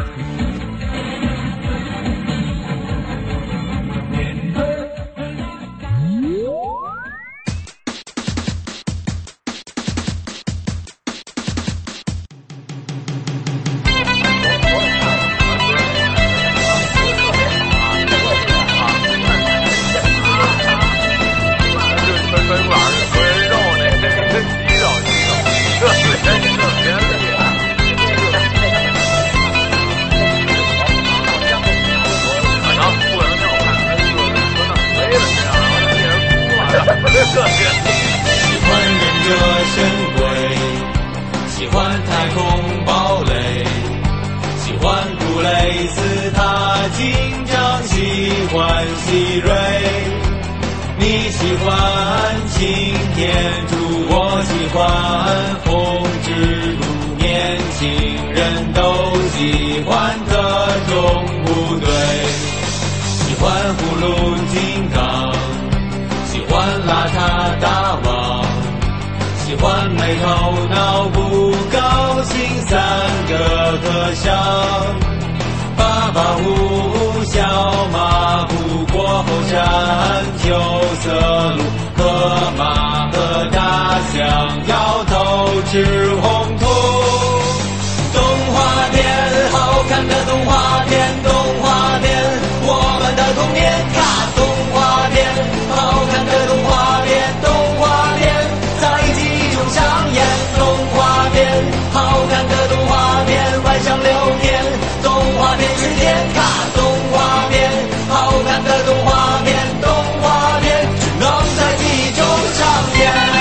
喜欢忍者神龟，喜欢太空堡垒，喜欢布雷斯塔警长，喜欢希瑞。你喜欢擎天柱，我喜欢红蜘蛛，年轻人都喜欢特种部队，喜欢葫芦金刚，喜欢邋遢大王，喜欢没头脑不高兴三个和尚。爸爸呼小马不过后山，秋色路河马和大象要偷吃红土。动画片，好看的动画片，动画片，我们的童年看动画片，好看的动画片，动画片，在记忆中上演。动画片，好看的动画片，晚上六点，动画片时间看动画片，好看的动画片，动画片只能在记忆中上演。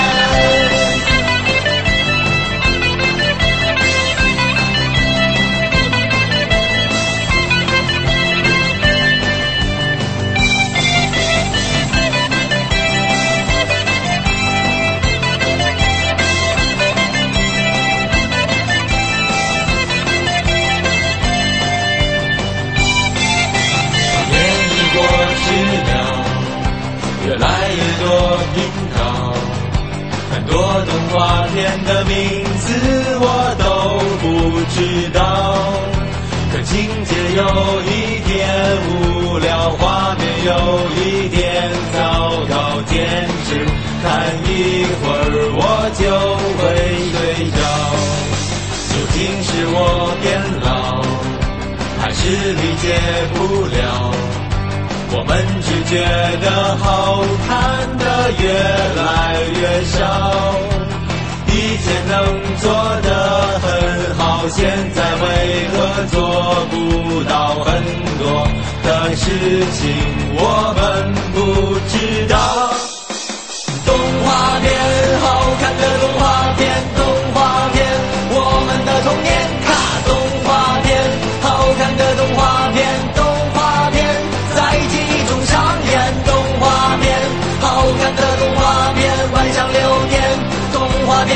越来越多频道，很多动画片的名字我都不知道，可情节有一点无聊，画面有一点糟糕，坚持看一会儿我就会睡着。究竟是我变老，还是理解不了？我们只觉得好看的越来越少，以前能做得很好，现在为何做不到？很多的事情我们不知道。动画片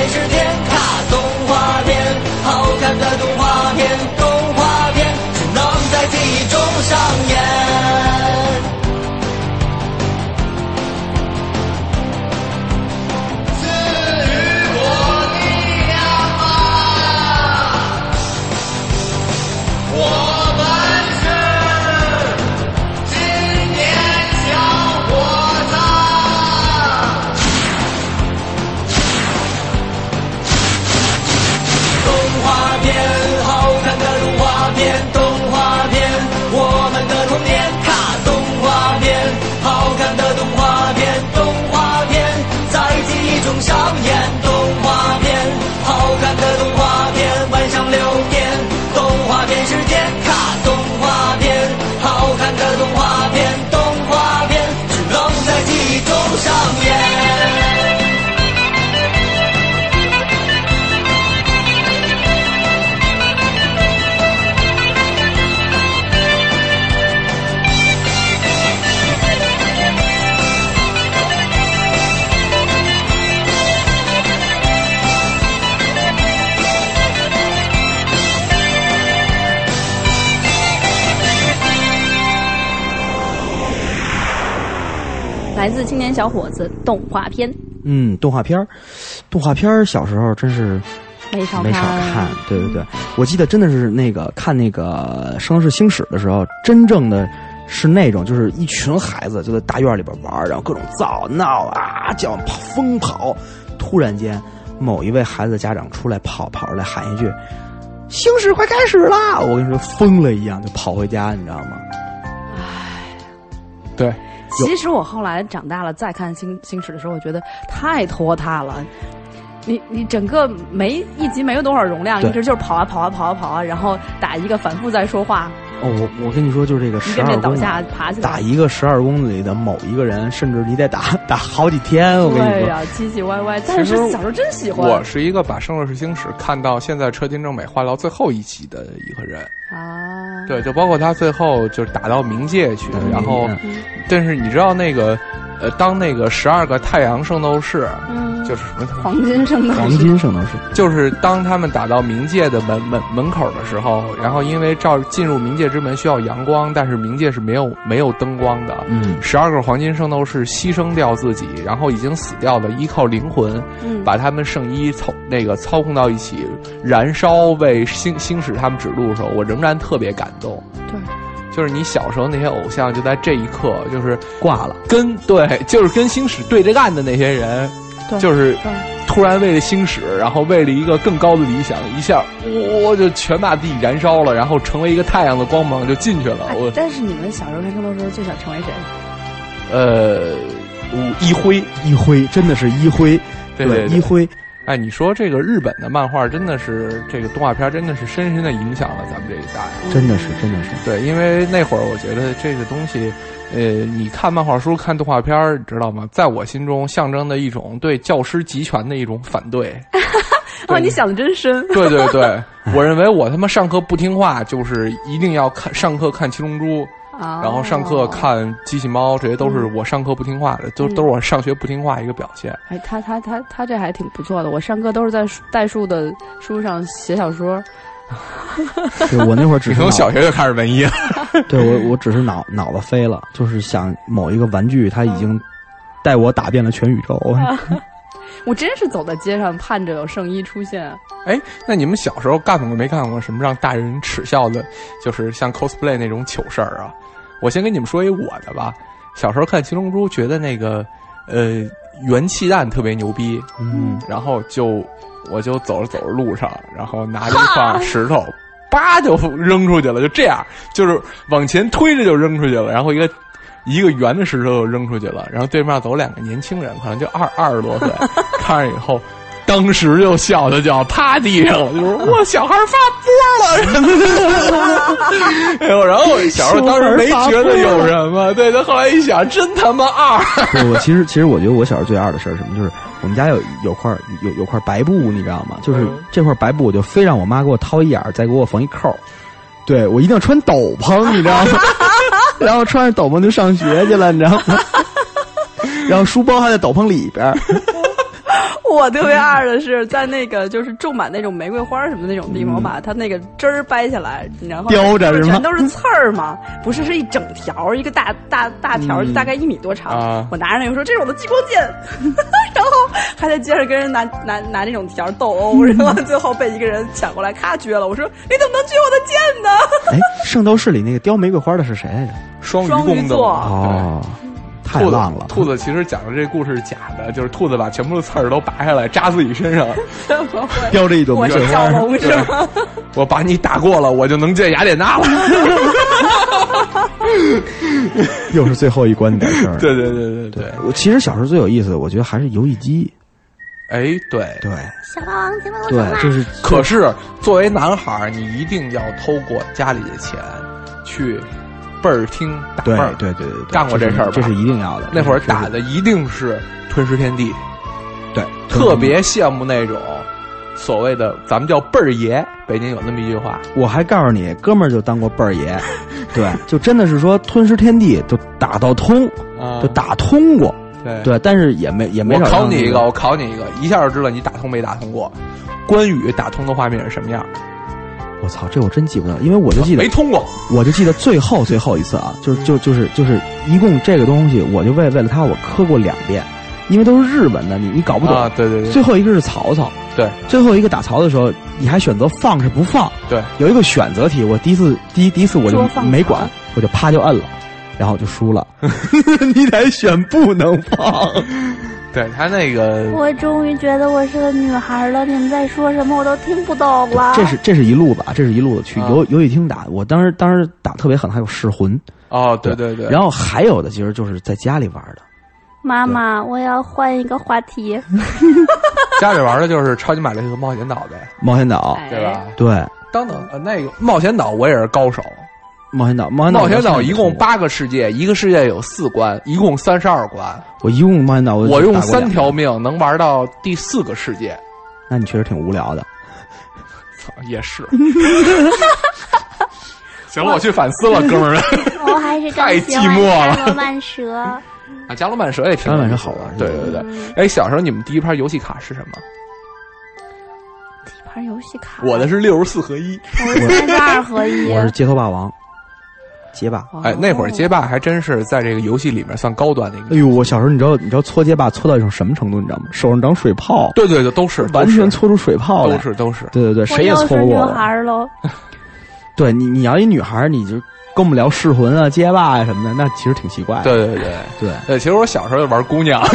片是天，卡动画片，好看的动画片，动画片只能在记忆中上演。赐予我力量吧，我们是今年小伙子。动画片，好看的动画片，动画片，我们的童年，卡动画片，好看的动画片，动画片，在记忆中上演。动画片，好看的动画片，晚上六点，动画片时间，卡动画片，好看的动画片，动画片，只能在记忆中上演。 来自青年小伙子动画片， 嗯，动画片儿，动画片儿，小时候真是没少没少看。对对对，我记得真的是那个看那个《圣斗士星矢》的时候，真正的是那种就是一群孩子就在大院里边玩，然后各种吵闹啊叫跑疯跑，突然间某一位孩子的家长出来跑跑出来喊一句：“星矢快开始啦！”我跟你说疯了一样就跑回家，你知道吗？ 对。 其实我后来长大了再看星星矢的时候，我觉得太拖沓了。你你整个没一集没有多少容量，一直就是跑啊跑啊跑啊跑啊，然后打一个反复在说话。 哦，我我跟你说，就是这个十二公里打一个十二公里的某一个人，甚至你得打打好几天。我跟你说， 对呀、啊，唧唧歪歪。但是小时候真喜欢。 我是一个把《圣斗士星矢》看到现在车田正美画到最后一集的一个人啊。 对，就包括他最后就是打到冥界去，嗯、然后，嗯、但是你知道那个。呃，当那个十二个太阳圣斗士，嗯，就是什么黄金圣斗士， 黄金圣斗士， 就是当他们打到冥界的门门门口的时候，然后因为照进入冥界之门需要阳光，但是冥界是没有没有灯光的， 嗯， 十二个黄金圣斗士牺牲掉自己，然后已经死掉的，依靠灵魂，嗯，把他们圣衣操那个操控到一起，燃烧为星星矢他们指路的时候，我仍然特别感动， 对。 就是你小时候那些偶像，就在这一刻就是挂了， 跟对，就是跟星矢对着干的那些人，就是突然为了星矢，然后为了一个更高的理想，一下我就全把自己燃烧了，然后成为一个太阳的光芒就进去了。我、 哎、但是你们小时候看圣斗士最想成为谁？ 呃，一辉， 一辉真的是一辉， 对对一辉。 哎，你说这个日本的漫画真的是这个动画片真的是深深的影响了咱们这一代， 真的是真的是。 对，因为那会儿我觉得这个东西，呃，你看漫画书、看动画片，你知道吗？在我心中象征的一种对教师集权的一种反对。 哇，你想的真深。 对对对，我认为我他妈上课不听话，就是一定要看上课看七龙珠。然后上课看机器猫，这些都是我上课不听话的，嗯、都都是我上学不听话一个表现。 哎，他他他他这还挺不错的。我上课都是在代数的书上写小说。 对，我那会儿只是从小学就开始文艺了。 对，我我只是脑脑子飞了，就是想某一个玩具，它已经带我打遍了全宇宙。 我真是走在街上盼着有圣衣出现。 哎，那你们小时候干过没干过什么让大人耻笑的，就是像 cosplay 那种糗事儿啊？我先跟你们说一我的吧。小时候看七龙珠，觉得那个呃元气弹特别牛逼， 嗯， 然后就我就走着走着路上，然后拿着一块石头，叭就扔出去了，就这样，就是往前推着就扔出去了，然后一个。一个圆的石头就扔出去了，然后对面走两个年轻人，可能就二二十多岁，看着以后，当时就笑的就要趴地上了，就说：“哇，小孩发波了！”哎呦，然后我小时候当时没觉得有什么，对，他后来一想，真他妈二。 我其实其实我觉得我小时候最二的事儿什么，就是我们家有有块有有块白布，你知道吗？就是这块白布，我就非让我妈给我掏一眼，再给我缝一扣。对，我一定要穿斗篷，你知道吗？然后穿着斗篷就上学去了，你知道吗？然后书包还在斗篷里边。 我特别二的是在那个就是种满那种玫瑰花什么那种地方，嗯、我把它那个枝儿掰下来，然后叼着是吗？ 全都是刺儿嘛，不是是一整条，一个大大大条，嗯、大概一米多长。啊、我拿着那个说这是我的激光剑，然后还在街上跟人拿拿拿那种条斗殴，然后最后被一个人抢过来，咔撅了。我说你怎么能撅我的剑呢？ 哎，圣斗士里那个叼玫瑰花的是谁来着？ 双鱼座哦。太浪了！ 兔子其实讲的这故事是假的，就是兔子把全部的刺儿都拔下来扎自己身上， 叼着一朵玫瑰花。 我是吗？ 我把你打过了，我就能见雅典娜了。 又是最后一关的事儿。 对对对对对。 我其实小时候最有意思的，我觉得还是游戏机。 哎，对对。 小霸王节目对，就是。 可是作为男孩，你一定要偷过家里的钱去。倍儿听打倍儿， 对对对对， 干过这事儿吧？ 这是一定要的。 那会儿打的一定是吞噬天地， 对， 特别羡慕那种所谓的咱们叫倍儿爷。北京有那么一句话， 我还告诉你，哥们儿就当过倍儿爷，对，就真的是说吞噬天地就打到通， 啊、 就打通过， 对对，但是也没也没。 我考你一个，我考你一个，一下就知道你打通没打通过。关羽打通的画面是什么样？ 我操，这我真记不得，因为我就记得没通过， 我就记得最后最后一次啊，就是就就是就是一共这个东西，我就为为了它我磕过两遍，因为都是日文的，你你搞不懂啊。对对对。 最后一个是曹操， 对， 最后一个打曹的时候，你还选择放是不放？ 对， 有一个选择题，我第一次第一第一次我就没管，我就啪就摁了，然后就输了。你得选不能放。 对他那个， 我终于觉得我是个女孩了。你们在说什么，我都听不懂了。 这是这是一路子，这是一路子去游游戏厅打。我当时当时打特别狠，还有噬魂。 哦，对对对。 然后还有的其实就是在家里玩的。 妈妈，我要换一个话题。 家里玩的就是超级玛丽和冒险岛呗。 冒险岛， 对吧？ 对。 等等，那个冒险岛我也是高手。 冒险岛，冒险岛， 冒险岛一共八个世界，一个世界有四关，一共三十二关。 我一共冒险岛， 我用三条命能玩到第四个世界。 那你确实挺无聊的。 操，也是。行了，我去反思了，哥们儿们。 我还是太寂寞了。 伽罗曼蛇啊，伽罗曼蛇也挺。 伽罗曼蛇好玩。 对对对。哎，小时候你们第一盘游戏卡是什么？ 第一盘游戏卡。 我的是六十四合一。 我是三十二合一。 我是街头霸王。街霸， 哎，那会儿街霸还真是在这个游戏里面算高端的一个。 哎呦，我小时候你知道，你知道搓街霸搓到一种什么程度？你知道吗？手上长水泡。 对对对，都是完全搓出水泡来， 都是都是。 对对对，谁也搓不过。 我又是女孩喽。 对你，你要一女孩，你就跟我们聊噬魂啊、街霸啊什么的，那其实挺奇怪的。 对对对对对，其实我小时候就玩姑娘。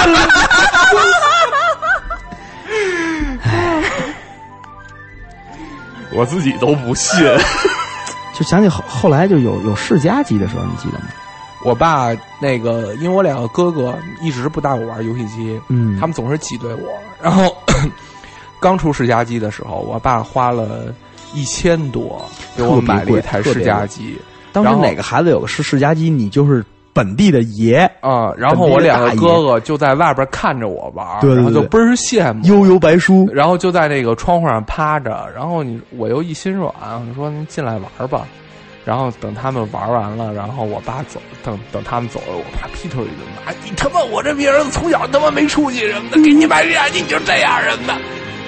我自己都不信。 就想起后后来就有有世嘉机的时候，你记得吗？ 我爸那个，因为我两个哥哥一直不带我玩游戏机， 嗯， 他们总是挤兑我。然后刚出世嘉机的时候，我爸花了一千多给我买了一台世嘉机。 当时哪个孩子有个是世嘉机，你就是本地的爷啊、嗯。然后我两个哥哥就在外边看着我玩， 对对对， 然后就倍儿羡慕， 悠悠白书。 然后就在那个窗户上趴着，然后你我又一心软，我说你进来玩吧。然后等他们玩完了，然后我爸走，等等他们走了，我爸劈头一顿骂：“你他妈我这逼儿子从小他妈没出息什么的，给你买世嘉机你就这样人的。”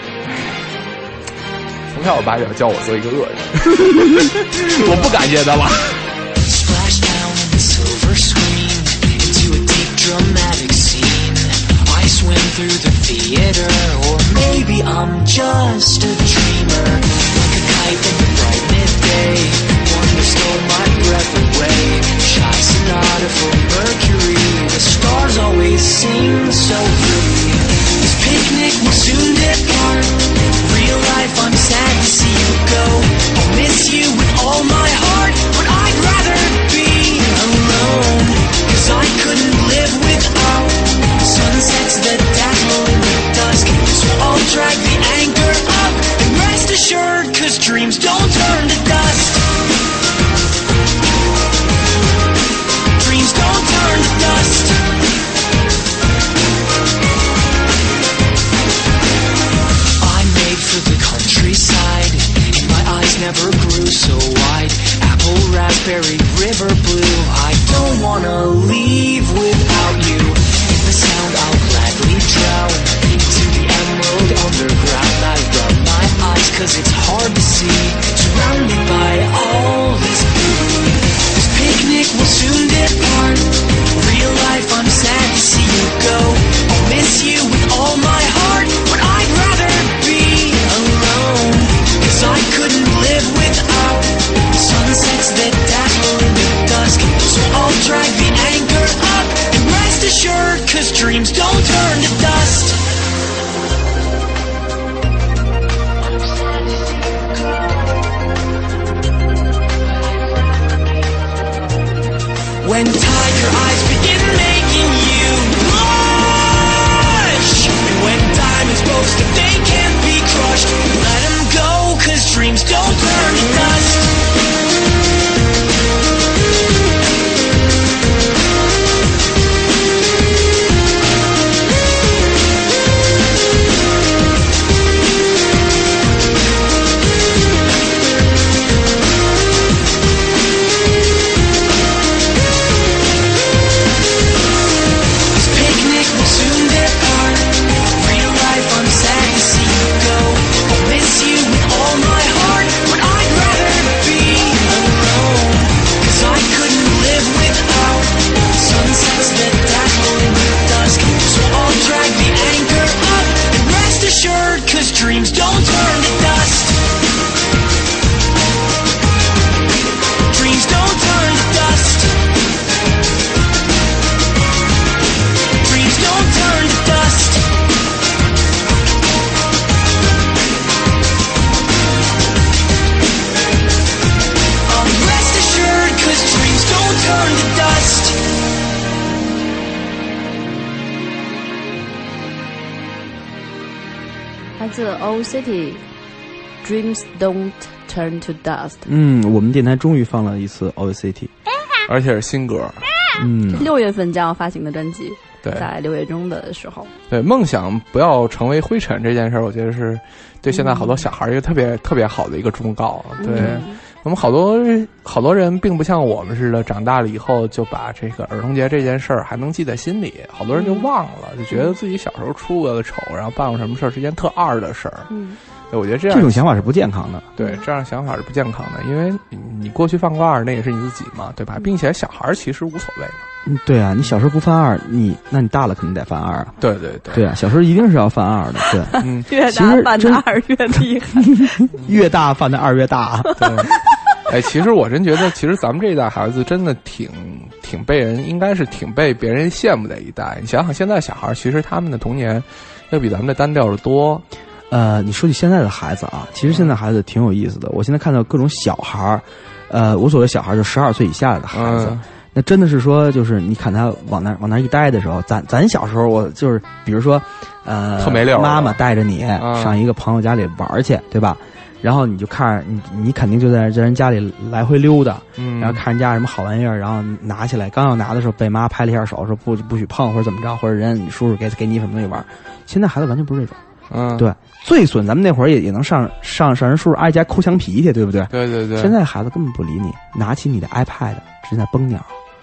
从小我爸就要教我做一个恶人，我不感谢他了。Swim through the theater, or maybe I'm just a dreamer, like a kite in the bright midday. Wonder stole my breath away. Shy sonata for Mercury. The stars always sing so pretty. This picnic will soon depart. Real life, I'm sad to see you go. I'll miss you with all my heart, but I'd rather be alone, 'cause I couldn't live without sunsets that dazzle in the dusk. So I'll drag the anchor up and rest assured, 'cause dreams don't turn to dust. Dreams don't 'cause dreams don't turn to dust. When tiger eyes begin making you blush, and when diamonds boast that they can't be crushed, let them go, 'cause dreams don't turn to dust. Dreams don't turn to dust. Dreams don't turn to dust. Dreams don't turn to dust. Um, rest assured, 'cause dreams don't turn to dust. 来自 Old City Dreams Don't Turn to Dust。 嗯，我们电台终于放了一次 Old City， 而且是新歌。 嗯， 六月份将要发行的专辑， 对， 在六月中的时候。 对，梦想不要成为灰尘这件事儿，我觉得是对现在好多小孩一个特别、嗯、特别好的一个忠告。对、嗯、我们好多好多人并不像我们似的，长大了以后就把这个儿童节这件事儿还能记在心里，好多人就忘了，就觉得自己小时候出过个丑，然后办过什么事儿是件特二的事儿。嗯。对，我觉得这样这种想法是不健康的。 对，这样想法是不健康的，因为你过去犯过二，那也是你自己嘛，对吧？并且小孩其实无所谓嘛。 嗯，对啊，你小时候不犯二，你那你大了肯定得犯二啊。 对对对。 对啊，小时候一定是要犯二的。对， 嗯，越大犯的二越厉害， 越大犯的二越大。 对。哎，其实我真觉得，其实咱们这一代孩子真的挺挺被人，应该是挺被别人羡慕的一代。你想想，现在小孩其实他们的童年要比咱们的单调的多。 呃，你说起现在的孩子啊，其实现在孩子挺有意思的。我现在看到各种小孩儿，呃，我所谓小孩儿就十二岁以下的孩子，嗯、那真的是说，就是你看他往那往那一待的时候，咱咱小时候，我就是比如说，呃， 特没溜， 妈妈带着你、嗯、上一个朋友家里玩去，对吧？然后你就看你你肯定就在在人家里来回溜达，嗯，然后看人家什么好玩意儿，然后拿起来，刚要拿的时候被妈拍了一下手，说不不许碰或者怎么着，或者人你叔叔给给你什么东西玩。现在孩子完全不是这种。 嗯， 对，最损咱们那会儿也也能上上上人叔叔阿姨家抠墙皮去，对不对？ 对对对。 现在孩子根本不理你，拿起你的 iPad 直接在蹦鸟，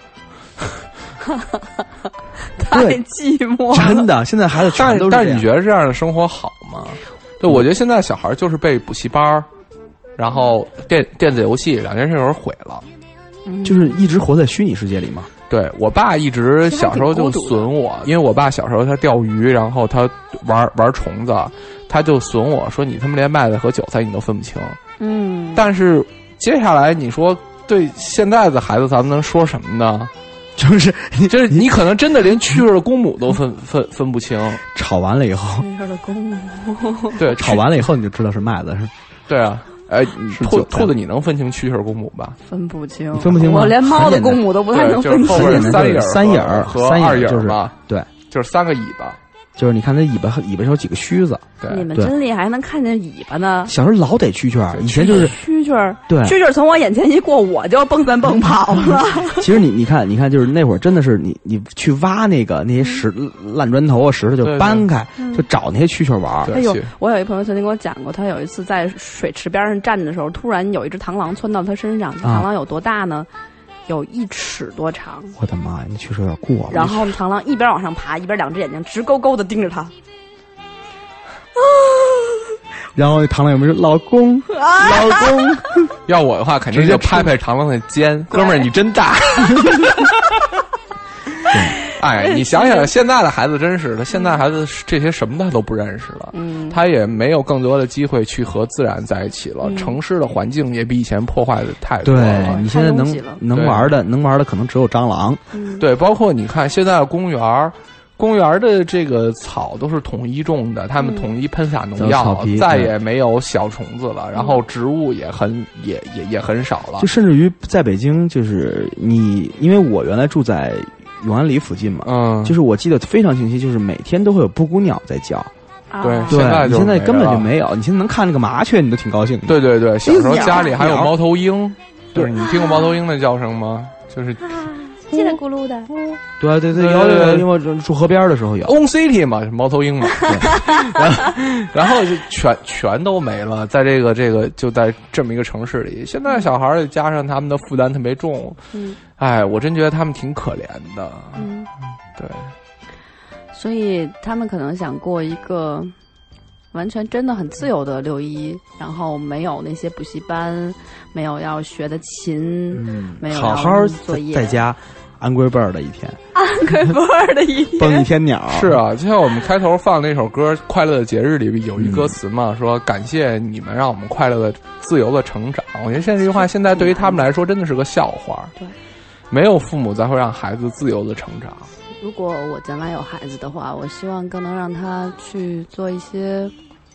太寂寞了。 真的，现在孩子全都是这样。 但是你觉得这样的生活好吗？对，我觉得现在小孩就是被补习班，然后电电子游戏两件事儿毁了， 就是一直活在虚拟世界里嘛。 对，我爸一直小时候就损我，因为我爸小时候他钓鱼，然后他玩玩虫子，他就损我说你他妈连麦子和韭菜你都分不清。 嗯， 但是接下来你说对现在的孩子咱们能说什么呢？ 就是你就是你可能真的连蛐儿的公母都分分分不清。 炒完了以后， 蛐儿的公母， 对， 炒完了以后你就知道是麦子是。 对啊。哎，兔兔子，你能分清蛐蛐公母吧？ 分不清， 分不清吗？ 我连猫的公母都不太能分清。 就是后边三眼三眼和二眼嘛，对， 就是三个尾巴。 就是你看它尾巴尾巴上有几个须子。 对， 你们真厉害，还能看见尾巴呢。 小时候老得蛐蛐儿，以前就是蛐蛐儿， 对， 蛐蛐儿从我眼前一过，我就蹦三蹦跑了。 其实你你看你看，就是那会儿真的是你你去挖那个那些石烂砖头啊石头，就搬开，就找那些蛐蛐玩。 哎呦，我有一朋友曾经跟我讲过，他有一次在水池边上站的时候，突然有一只螳螂窜到他身上。螳螂有多大呢？有一尺多长。 我的妈呀，那确实有点过了。 然后螳螂一边往上爬，一边两只眼睛直勾勾的盯着他。 然后那螳螂有没有说老公老公？ 要我的话，肯定就拍拍螳螂的肩，哥们儿你真大。哎，你想想，现在的孩子真是的，现在孩子这些什么他都不认识了，嗯，他也没有更多的机会去和自然在一起了。嗯、城市的环境也比以前破坏的太多了。 对，你现在能能玩的能玩的可能只有蟑螂。 嗯、 对，包括你看现在的公园。 公园的这个草都是统一种的，他们统一喷洒农药， 嗯、 再也没有小虫子了，然后植物也很也也也很少了。 就甚至于在北京，就是你，因为我原来住在永安里附近嘛，嗯，就是我记得非常清晰，就是每天都会有布谷鸟在叫。 对， 对， 现在你现在根本就没有，你现在能看那个麻雀，你都挺高兴的。 对对对，小时候家里还有猫头鹰，对，你听过猫头鹰的叫声吗？就是叽里咕噜的。 对对对，有有，因为住河边的时候有。 On City 嘛，猫头鹰嘛，然后然后就全全都没了，在这个这个就在这么一个城市里，现在小孩儿加上他们的负担特别重，嗯，哎，我真觉得他们挺可怜的，嗯，对。 所以他们可能想过一个完全真的很自由的六一，然后没有那些补习班，没有要学的琴，嗯，没有好好作业， 在家安龟辈儿的一天， 安龟辈儿的一天， 蹦一天鸟。 是啊，就像我们开头放那首歌《快乐的节日》里有一歌词嘛，嗯、说感谢你们让我们快乐的、自由的成长。我觉得现在这句话现在对于他们来说真的是个笑话。 对， 没有父母才会让孩子自由的成长。 如果我将来有孩子的话，我希望更能让他去做一些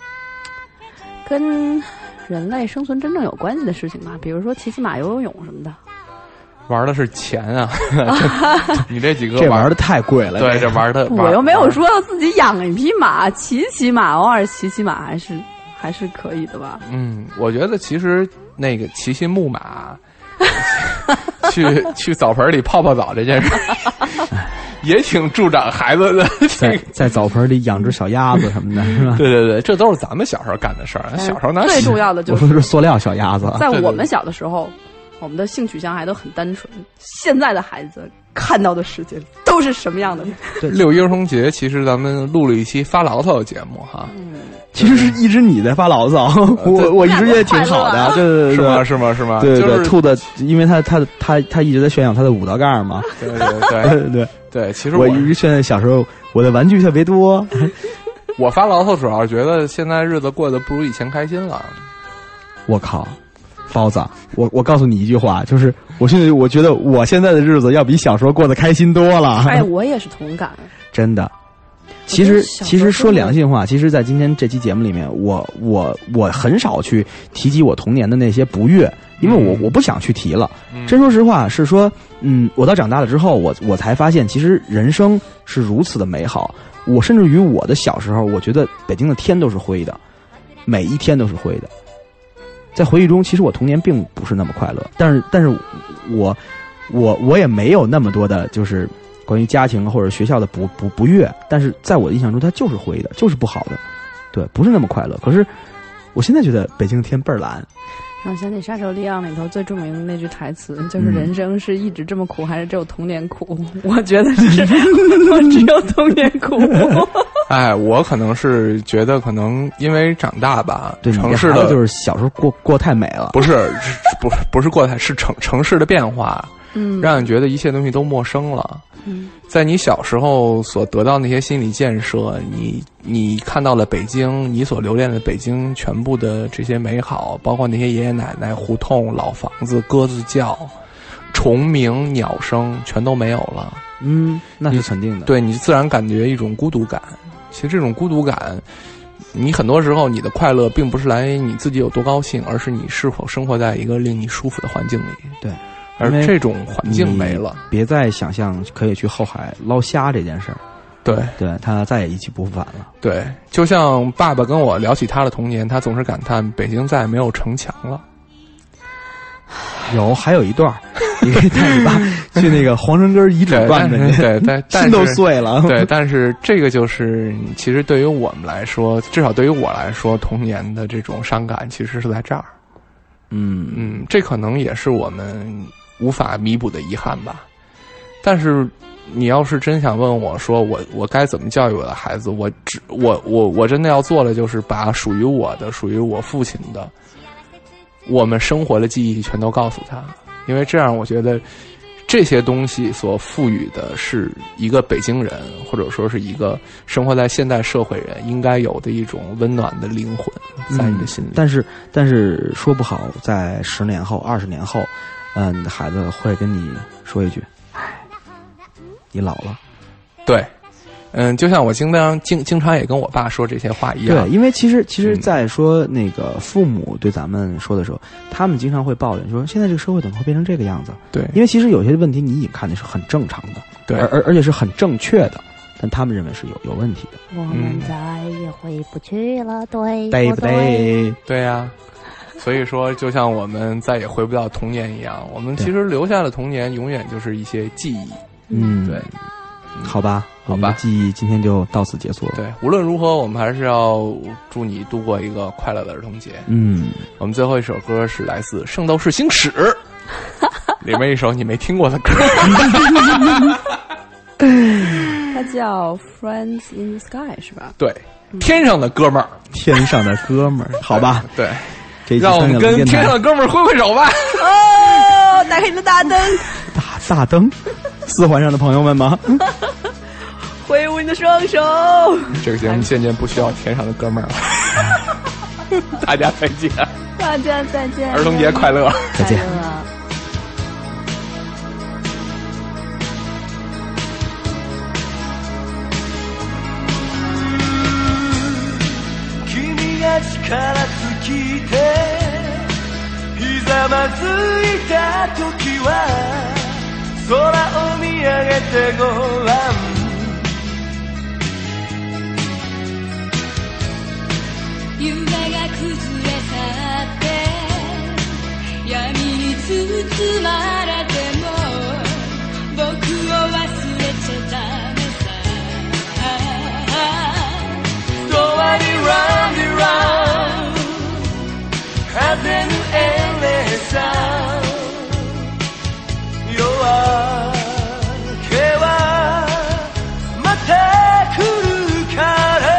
跟人类生存真正有关系的事情吧，比如说骑骑马、游游泳什么的。 玩的是钱啊！你这几个这玩的太贵了。 对，这玩的我又没有说要自己养一匹马，骑骑马，偶尔骑骑马还是还是可以的吧。 嗯，我觉得其实那个骑骑木马，去去澡盆里泡泡澡这件事。也挺助长孩子的， 在在澡盆里养只小鸭子什么的，是吧？ 对对对，这都是咱们小时候干的事儿。小时候哪最重要的就是我说是塑料小鸭子。 在我们小的时候，我们的性取向还都很单纯。现在的孩子看到的世界都是什么样的？ 六一儿童节，其实咱们录了一期发牢骚的节目哈。 嗯， 其实是一直你在发牢骚，我我一直觉得挺好的，对对对， 是吗？是吗？是吗？ 对对，兔子，因为他他他他一直在炫耀他的五道杠嘛。 对对对对对。对，其实我一直现在小时候我的玩具特别多。 我发牢骚主要是觉得现在日子过得不如以前开心了。 我靠，包子，我我告诉你一句话，就是我现在我觉得我现在的日子要比小时候过得开心多了。 哎，我也是同感。 真的。其实，其实说良心话，其实，在今天这期节目里面，我我我很少去提及我童年的那些不悦，因为我、嗯、我不想去提了。嗯、真说实话，是说，嗯，我到长大了之后，我我才发现，其实人生是如此的美好。我甚至于我的小时候，我觉得北京的天都是灰的，每一天都是灰的。在回忆中，其实我童年并不是那么快乐，但是，但是我我我也没有那么多的，就是关于家庭或者学校的不不不悦，但是在我的印象中，它就是灰的，就是不好的，对，不是那么快乐。可是我现在觉得北京的天倍儿蓝。 让我想起《杀手利昂》里头最著名的那句台词，就是人生是一直这么苦，还是只有童年苦？我觉得是只有童年苦。 哎，我可能是觉得，可能因为长大吧， 对城市的就是小时候过过太美了， 不是，是不不是过太，是城城市的变化。 嗯， 让你觉得一切东西都陌生了。 嗯， 在你小时候所得到那些心理建设，你你看到了北京，你所留恋的北京全部的这些美好，包括那些爷爷奶奶、胡同、老房子、鸽子叫、虫鸣、鸟声，全都没有了。 嗯，那是肯定的。 对，你自然感觉一种孤独感。其实这种孤独感，你很多时候你的快乐并不是来源于你自己有多高兴，而是你是否生活在一个令你舒服的环境里。 对。 而这种环境没了， 别再想象可以去后海捞虾这件事儿。 对， 对他再也一去不复返了。 对，就像爸爸跟我聊起他的童年，他总是感叹北京再也没有城墙了。 有，还有一段，你可以带你爸去那个皇城根遗址转转去， 对对， 心都碎了。 对，但是这个就是其实对于我们来说，至少对于我来说，童年的这种伤感其实是在这儿。 嗯嗯，这可能也是我们无法弥补的遗憾吧。但是你要是真想问我说我我该怎么教育我的孩子，我只我我我真的要做的就是把属于我的属于我父亲的我们生活的记忆全都告诉他，因为这样我觉得这些东西所赋予的是一个北京人或者说是一个生活在现代社会人应该有的一种温暖的灵魂在你的心里。 嗯、但是但是说不好在十年后二十年后嗯、呃，你的孩子会跟你说一句，唉，你老了。 对， 嗯，就像我经常经经常也跟我爸说这些话一样。 对，因为其实其实，在说那个父母对咱们说的时候，他们经常会抱怨说，现在这个社会怎么会变成这个样子？ 对， 因为其实有些问题你眼看的是很正常的， 对， 而而而且是很正确的，但他们认为是有有问题的。 我们再也回不去了，对对不不对？ 对？ 对呀、啊。所以说，就像我们再也回不到童年一样，我们其实留下的童年永远就是一些记忆。 嗯， 对， 好吧， 好吧， 我们的记忆今天就到此结束了。 对，无论如何，我们还是要祝你度过一个快乐的儿童节。 嗯， 我们最后一首歌是来自《圣斗士星矢》里面一首你没听过的歌。 它叫 Friends in the Sky 是吧？ 对，天上的哥们儿， 天上的哥们儿，好吧。 对， 这让我们跟天上的哥们儿挥挥手吧。 哦，打开你的大灯， 大大灯，四环上的朋友们吗？ 挥舞你的双手。 这个节目渐渐不需要天上的哥们儿了。大家再见， 大家再见， 儿童节快乐， 再见。 力尽きてひざまずいた時は空を見上げてごらん夢が崩れ去って闇に包まれても僕を忘れちゃダメさ Go on and round and round 風のエレさ夜明けはまた来るから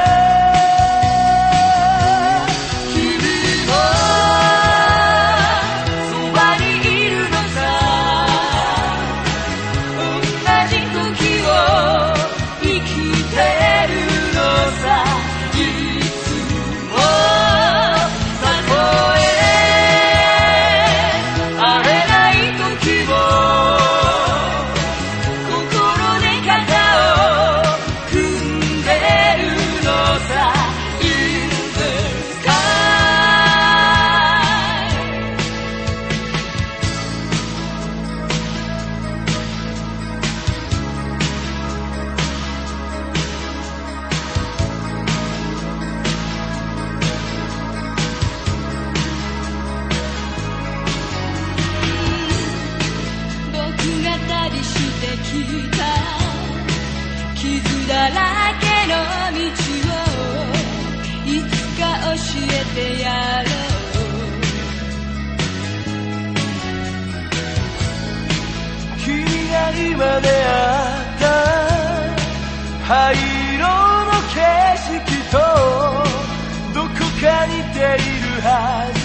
君もそばにいるのさ同じ時を生きてるのさいつもたとえ会えない時も心で肩を組んでるのさ In the sky 僕が旅してきた傷だらけの道をいつか教えてやろう君が今出会った灰色の景色とどこか似ているはず